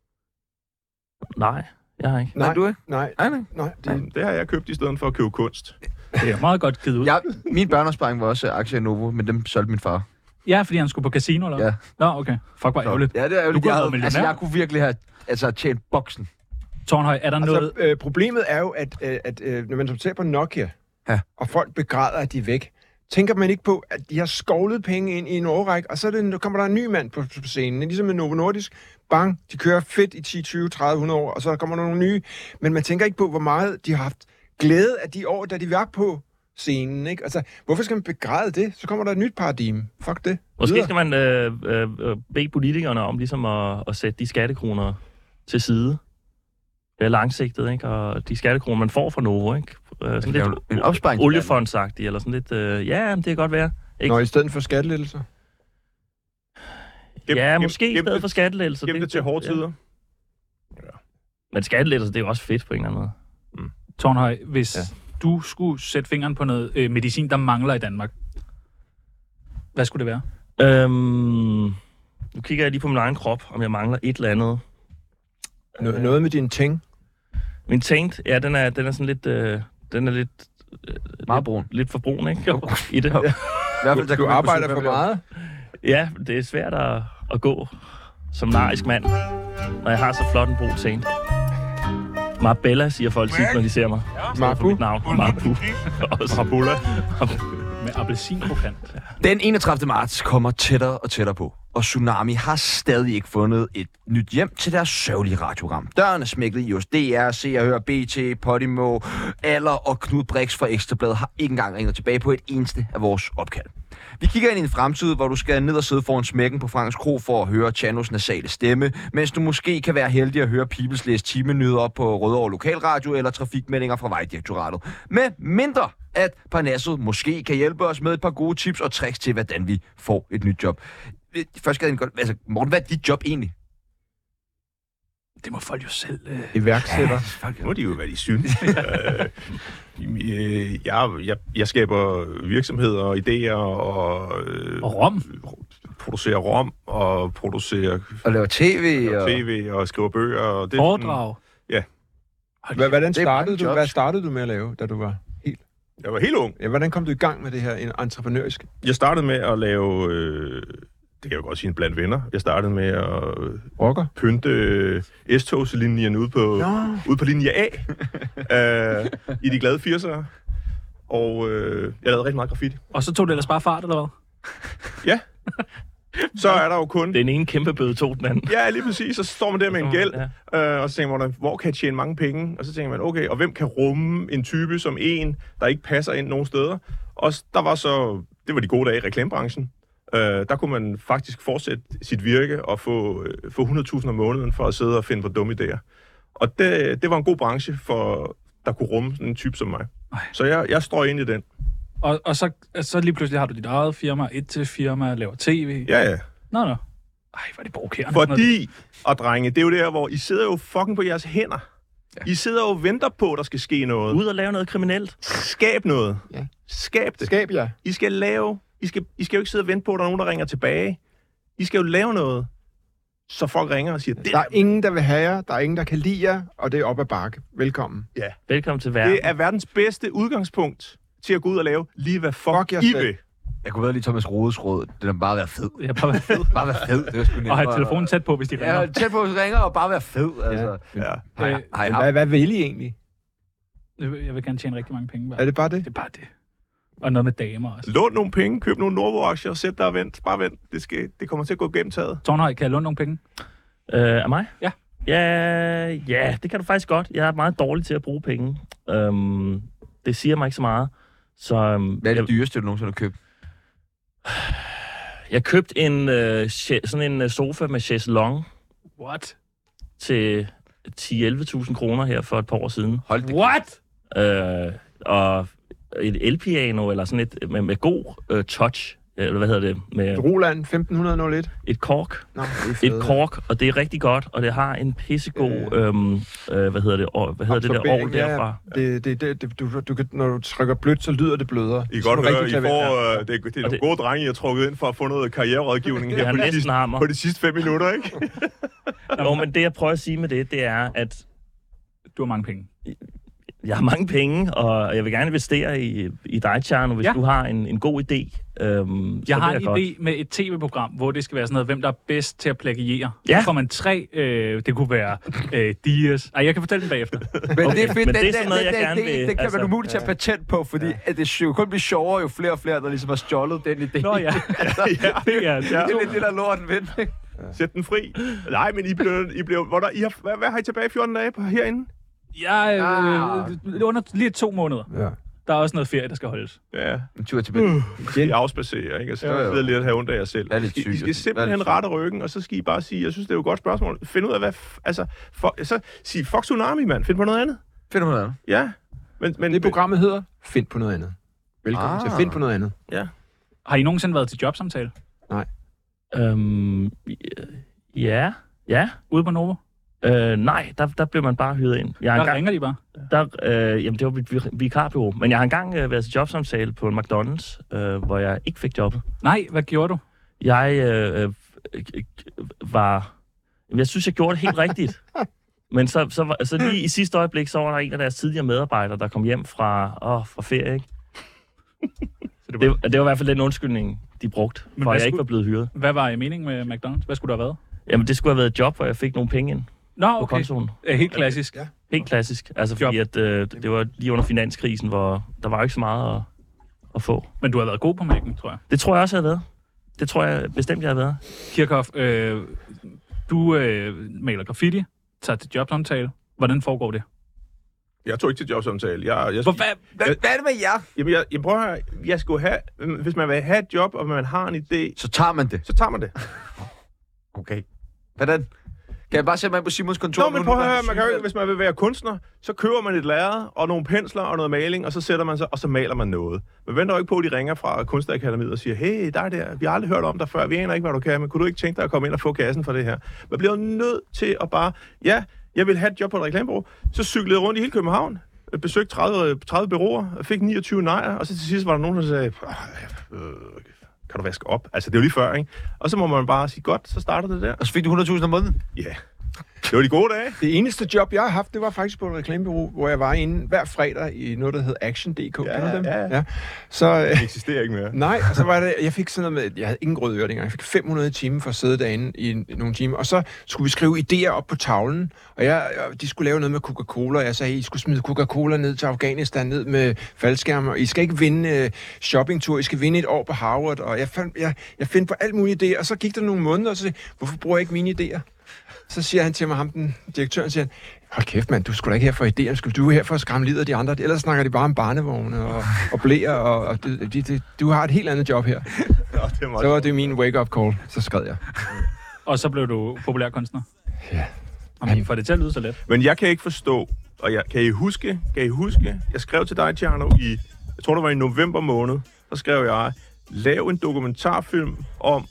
Nej, jeg har ikke. Nej, du ikke? Nej, Nej, nej. nej. Det, Det har jeg købt i stedet for at købe kunst. Det er meget godt givet ud. Ja, min børneopsparing var også aktier i Novo, men dem solgte min far. Ja, fordi han skulle på casino, eller? Ja. Nå, okay. Fuck, hvor ærgerligt. Ja, det er jo Du lidt, kunne jeg, have havde, været altså, millionær. jeg kunne virkelig have altså, tjent boksen. Tornhøj, er der noget... altså, øh, problemet er jo, at, øh, at øh, når man ser på Nokia, Ja. og folk begræder, at de er væk, tænker man ikke på, at de har skovlet penge ind i en årrække, og så er det, nu kommer der en ny mand på, på scenen. Ligesom med Novo Nordisk. Bang, de kører fedt i ti, tyve, tredive, hundrede år, og så kommer der nogle nye. Men man tænker ikke på, hvor meget de har haft glæde af de år, da de var på scenen. Ikke? Altså, hvorfor skal man begræde det? Så kommer der et nyt paradigme. Fuck det. Måske Videre. skal man øh, øh, øh, bede politikerne om ligesom at, at sætte de skattekroner til side. Det er langsigtet, ikke? Og de skattekroner, man får fra Novo, ikke? Øh, sådan lave lidt en opsparing til oliefondsagtigt, eller sådan lidt... Øh, ja, det kan godt være. Ikke? Nå, i stedet for skattelettelser. Gem- Ja, gem- måske i gem stedet det- for skattelettelser. Gem det til hårde ja. tider. Men skattelettelser, det er jo også fedt på en eller anden måde. Tornhøj, hvis Ja. ja. du skulle sætte fingeren på noget øh, medicin, der mangler i Danmark, hvad skulle det være? Øhm, nu kigger jeg lige på min egen krop, om jeg mangler et eller andet. Nå- noget med din ting. Min taint, ja, den er, den er sådan lidt... Øh, den er lidt... Øh, Meget brun. Lidt, lidt for brun, ikke? Jo. I det. I hvert fald, der Du kunne man arbejder kunne for se, hvad meget. Ja, det er svært at, at gå som narisk mand, når jeg har så flot en brun taint. Marbella, siger folk tit, når de ser mig. Marbu. Mit navn. Marbu. Også. Marbula. Med appelsinkrokant. Den enogtredivte marts kommer tættere og tættere på. og Tsunami har stadig ikke fundet et nyt hjem til deres sørgelige radioprogram. Døren er smækket i hos D R, Se og Hør, B T, Podimo, Aller og Knud Brix fra Ekstrabladet har ikke engang ringet tilbage på et eneste af vores opkald. Vi kigger ind i en fremtid, hvor du skal ned og sidde foran smækken på Franks Kro for at høre Chanos nasale stemme, mens du måske kan være heldig at høre Peoples læse timenyheder op på Rødovre Lokalradio eller trafikmeldinger fra Vejdirektoratet. Med mindre at Parnasset måske kan hjælpe os med et par gode tips og tricks til, hvordan vi får et nyt job. Først skal jeg godt... Altså, Morten, hvad er dit job egentlig? Det må folk jo selv... Øh... Iværksætter. Ja, det må de jo, hvad de synes. øh, jeg, jeg, jeg skaber virksomheder og idéer og... Øh, og rom. Producerer rom og producerer... Og laver tv og... og... tv og skriver bøger. Og det, Foredrag. Ja. Hvordan startede du, hvad startede du med at lave, da du var helt... Jeg var helt ung. Ja, hvordan kom du i gang med det her entreprenøriske? Jeg startede med at lave... Øh, det kan jeg jo godt sige, blandt venner. Jeg startede med at Rocker. pynte øh, S-togslinjen ude på, ude på linje A øh, i de glade firsere. Og øh, jeg lavede rigtig meget graffiti. Og så tog det ellers bare fart, eller hvad? Ja. Så er der jo kun... Den ene kæmpe bøde tog den anden. Ja, lige præcis. Så står man der med en gæld, ja. øh, og så tænker man, hvor kan jeg tjene mange penge? Og så tænker man, okay, og hvem kan rumme en type som en, der ikke passer ind nogen steder? Og der var så... Det var de gode dage i reklamebranchen. Uh, der kunne man faktisk fortsætte sit virke og få, uh, få hundrede tusind om måneden for at sidde og finde på dumme idéer. Og det, det var en god branche, for der kunne rumme sådan en type som mig. Ej. Så jeg, jeg står ind i den. Og, og så, så lige pludselig har du dit eget firma, et til firma, laver tv. Ja, ja. Nå, nå. Ej, hvor er det provokerende. Fordi, og drenge, det er jo der, hvor I sidder jo fucking på jeres hænder. Ja. I sidder jo og venter på, at der skal ske noget. Ud og lave noget kriminelt. Skab noget. Ja. Skab det. Skab, ja. I skal lave... I skal, I skal jo ikke sidde og vente på, at der er nogen, der ringer tilbage. I skal jo lave noget, så folk ringer og siger... Det der er ingen, der vil have jer, der er ingen, der kan lide jer, og det er op ad bakke. Velkommen. Ja. Velkommen til verden. Det er verdens bedste udgangspunkt til at gå ud og lave lige hvad fuck, fuck I vil. Jeg kunne være lige Thomas Rodes råd. Det er bare være fed. Ja, bare være fed. bare være fed. Det var sgu og have telefonen tæt på, hvis de ringer. Ja, tæt på, hvis de ringer, og bare være fed. Altså. Ja. Ja. Hej, hej, hej. Hvad, hvad vil I egentlig? Jeg vil gerne tjene rigtig mange penge. Bare. Er det bare det? Det er bare det. Og noget med damer også. Lån nogle penge, køb nogle Novo-aktier og sæt dig og vent. Bare vent. Det, skal, det kommer til at gå gennem taget. Tornhøj, kan jeg låne nogle penge? Øh, af mig? Ja. Ja, ja, det kan du faktisk godt. Jeg er meget dårlig til at bruge penge. Øhm, det siger mig ikke så meget. Så, øhm, Hvad er det jeg, dyreste, du nogensinde har købt? Jeg købte en, øh, sådan en sofa med chaiselong. What? Til ti til elleve tusind kroner her for et par år siden. Hold det. What? Øh, og et elpiano, eller sådan et med, med god øh, touch, eller hvad hedder det? Med Roland femten nul et. Et kork. Nå, det et kork, og det er rigtig godt, og det har en pissegod, øh, øhm, øh, hvad hedder det, or, hvad hedder det der orgel derfra? Ja, det, det, det, det, du, du kan, når du trykker blødt, så lyder det blødere. I kan godt høre, I får, øh, det, det er nogle gode drenge, I har trukket ind for at få noget karriererådgivning her på de, sidste, på de sidste fem minutter, ikke? Nå, men det jeg prøver at sige med det, det er, at du har mange penge. Jeg har mange penge, og jeg vil gerne investere i, i dig, Tjerno, hvis ja. du har en, en god idé. Øhm, jeg har en idé godt. med et tv-program, hvor det skal være sådan noget, hvem der er bedst til at plagiere. Ja. Så får man tre, øh, det kunne være øh, Dias. Ej, jeg kan fortælle den bagefter. Men okay. det er fedt, men den, det er sådan noget, jeg den, gerne den, vil. Det kan altså, man umuligt tage patent på, fordi ja. det jo kun bliver sjovere, jo flere og flere, der ligesom har stjålet den idé. Nå ja, altså, ja, det er ja. det er lidt det, der lorten vind, ikke? Ja. Sæt den fri. Nej, men I blev... I blev hvor der, I har, hvad, hvad har I tilbage fjorten dage på herinde? Ja, øh, ah. under lige to måneder. Ja. Der er også noget ferie, der skal holdes. Ja. En tur tilbage. Uh, I afspacerer, ikke? Og så sidder lidt her ondt af jer selv. Er I, I skal simpelthen rette ryggen, og så skal I bare sige, jeg synes, det er jo et godt spørgsmål. Find ud af, hvad... F- altså, for, så sig, fuck Tsunami, mand. Find på noget andet. Find på noget andet? Ja. Men, men, det programmet hedder Find på noget andet. Velkommen ah. til Find på noget andet. Ja. Har I nogensinde været til jobsamtale? Nej. Øhm, ja. Ja. Ude på Novo? Øh, nej, der, der blev man bare hyret ind. Jeg der engang, ringer de bare? Der, øh, jamen, det var mit vikarbureau. Men jeg har engang øh, været til jobsamtale på en McDonald's, øh, hvor jeg ikke fik jobbet. Nej, hvad gjorde du? Jeg øh, øh, var... Jeg synes, jeg gjorde det helt rigtigt. Men så, så, var, så lige i sidste øjeblik, så var der en af deres tidligere medarbejdere, der kom hjem fra, åh, fra ferie, ikke? det, var... Det, det var i hvert fald den undskyldning, de brugte, for jeg skulle... ikke var blevet hyret. Hvad var I meningen med McDonald's? Hvad skulle der have været? Jamen, det skulle have været et job, hvor jeg fik nogle penge ind. Nå, okay. På kontoen. Helt klassisk. Ja. Helt klassisk. Altså, job. Fordi at, øh, det var lige under finanskrisen, hvor der var ikke så meget at, at få. Men du har været god på Mac'en, tror jeg. Det tror jeg også, jeg har været. Det tror jeg bestemt, jeg har været. Kirchhoff, øh, du øh, maler graffiti, tager til jobsamtale. Hvordan foregår det? Jeg tog ikke til jobsamtale. Jeg, jeg, Hvad, hvad, hvad er det med jer? Jamen, jeg, jeg prøver at jeg skulle have... Hvis man vil have et job, og man har en idé, Så tager man det. så tager man det. Okay. Hvordan? Kan jeg bare sætte mig ind på Simons kontor? Nå, men prøv at høre, man kan jo, hvis man vil være kunstner, så køber man et lærred og nogle pensler og noget maling, og så sætter man sig, og så maler man noget. Man venter jo ikke på, at de ringer fra Kunstakademiet og siger, hey, dig der, vi har aldrig hørt om dig før, vi aner ikke, hvad du kan, men kunne du ikke tænke dig at komme ind og få kassen for det her? Man bliver jo nødt til at bare, ja, jeg vil have et job på et reklamebureau, så cyklede jeg rundt i hele København, besøgte tredive, tredive bureauer, fik niogtyve nejer, og så til sidst var der nogen, der sagde, øh, kan du vaske op? Altså, det er jo lige før, ikke? Og så må man bare sige, godt, så starter det der. Og så fik du hundrede tusind om måneden? Ja. Yeah. Det var de gode dage. Det eneste job, jeg har haft, det var faktisk på et reklamebureau, hvor jeg var inde hver fredag i noget, der hed Action punktum d k. Ja, Kender du dem? ja, ja. ja. Så, Det eksisterer ikke mere. nej, og så var det, jeg fik sådan noget med, jeg havde ingen røde øre dengang, jeg fik fem hundrede timer for at sidde derinde i nogle timer, og så skulle vi skrive idéer op på tavlen, og jeg, de skulle lave noget med Coca-Cola, og jeg sagde, I skulle smide Coca-Cola ned til Afghanistan, ned med faldskærmer, og I skal ikke vinde uh, shoppingtur, I skal vinde et år på Harvard, og jeg, fandt, jeg, jeg finder på alt mulige idéer, og så gik der nogle måneder, og så sagde, hvorfor bruger jeg ikke mine idéer? Så siger han til mig, ham den direktøren, siger han, hold kæft mand, du skulle da ikke her for idéer, du er her for at skræmme livet af de andre, ellers snakker de bare om barnevogne og, og blæer, og, og det, det, det, du har et helt andet job her. Nå, det var Så var det min wake-up call, så skred jeg. Og så blev du populær kunstner. Ja. Jamen, får det til at lyde så let. Men jeg kan ikke forstå, og jeg, kan I huske, kan I huske, jeg skrev til dig, Tjerno, i, jeg tror det var i november måned, så skrev jeg, lav en dokumentarfilm om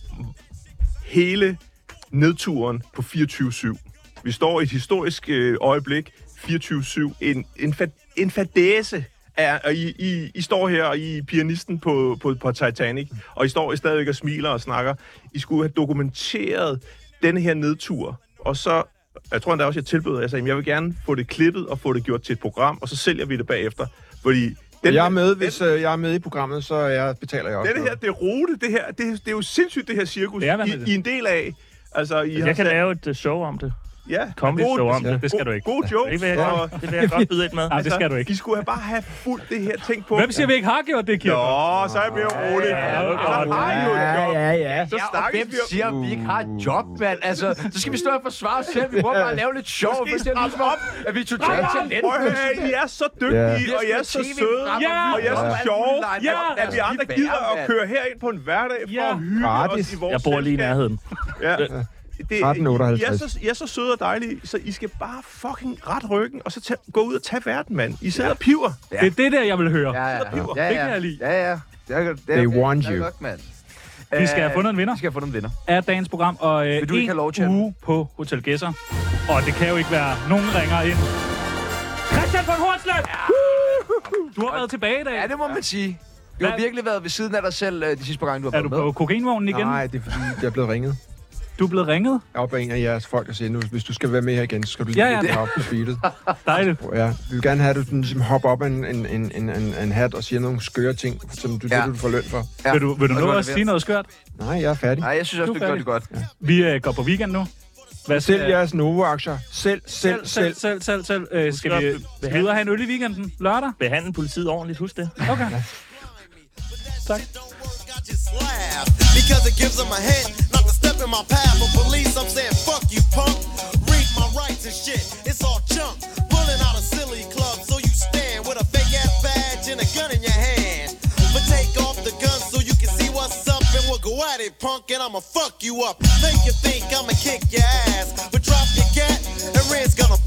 hele nedturen på fireogtyve syv. Vi står i et historisk øh, øjeblik, fireogtyve syv, en, en, fa- en fadæse er, og I, I, I står her, og I er pianisten på, på, på Titanic, og I står I stadigvæk og smiler og snakker. I skulle have dokumenteret denne her nedtur, og så, jeg tror endda også, jeg tilbød, jeg sagde, jeg vil gerne få det klippet og få det gjort til et program, og så sælger vi det bagefter, fordi den Jeg er her- med, hvis øh, jeg er med i programmet, så jeg betaler jeg også. Denne her, det er rute, det her, det, det er jo sindssygt, det her cirkus, Det er I, vanvittigt. I er en del af. Altså, I har Jeg kan sat- lave et uh, show om det. Ja, Comedy god- show om ja. det. Det skal du ikke. God jokes. Det vil jeg, og- godt, det vil jeg godt byde ind med. Nej, det skal du ikke. I skulle have bare have fuldt det her ting på. Hvem siger, vi ikke har gjort det, Kirchhoff? Nå, så er jeg mere rolig. Ja, Ja, okay. altså, har I jo et job. ja, ja. Så Ja, og snakkes hvem vi om- siger, at vi ikke har et job, mand? Altså, så skal vi stå og forsvare os selv. Vi prøver bare at lave lidt sjov. Måske Det ser ud som om, at vi er totalt Prøv at talentløse. høre, I er så dygtige, Ja. og I er så søde, Ja. og I er så Ja. sjove, Ja. at vi andre gider at køre herind på en hverdag for Ja. at hygge Gratis. os i vores Jeg bor lige i selskab. nærheden. Ja. Det, tretten otteoghalvtreds. I, er så, I er så søde og dejlige, så I skal bare fucking ret ryggen, og så tage, gå ud og tage verden, mand. I sidder og piver. Det er det der, jeg vil høre. Ja, ja, piver. ja, Det kan jeg lide. Ja, ja. Det er, det er, They okay. want Det er you. godt, mand. Vi skal have fundet en vinder Vi skal have fundet en vinder. af dagens program, og øh, Vil du ikke en have lov, Tjerno? uge på Hotel Gæsser. Og det kan jo ikke være nogen ringer ind. Christian von Hornslet! Du har været tilbage i dag. Ja, det må man sige. Du har Hvad? virkelig været ved siden af dig selv øh, de sidste par gange, du har Er du været med. på kokainvognen igen? Nej, det er fordi, jeg er blevet ringet Du er blevet ringet? op af en af jeres folk, der siger, nu, hvis du skal være med her igen, så skal du Ja, lige ja. ja, op på speedet. Dejligt. Ja, vi vil gerne have, at du sådan, ligesom hopper op af en, en, en, en, en, en hat og siger nogle skøre ting, som du, Ja. det, du får løn for. Ja. Vil du, vil du Og nå har at leveret. sige noget skørt? Nej, jeg er færdig. Nej, jeg synes også, Du du er gør det godt. Vi øh, går på weekend nu. Hvad Selv jeres Novo-aktier. Selv, selv, selv, selv, selv, selv. Øh, skal skal vi, også skal vi ud og have en øl i weekenden? Lørdag? Behandle politiet ordentligt, husk det. Okay. Tak. Because it gives them a hint not to step in my path. For police, I'm saying, fuck you, punk. Read my rights and shit. It's all junk. Pulling out a silly club, so you stand with a fake ass badge and a gun in your hand. But take off the gun so you can see what's up, and we'll go at it, punk, and I'ma fuck you up. Think you think I'ma kick your ass, but drop your cat, and Red's gonna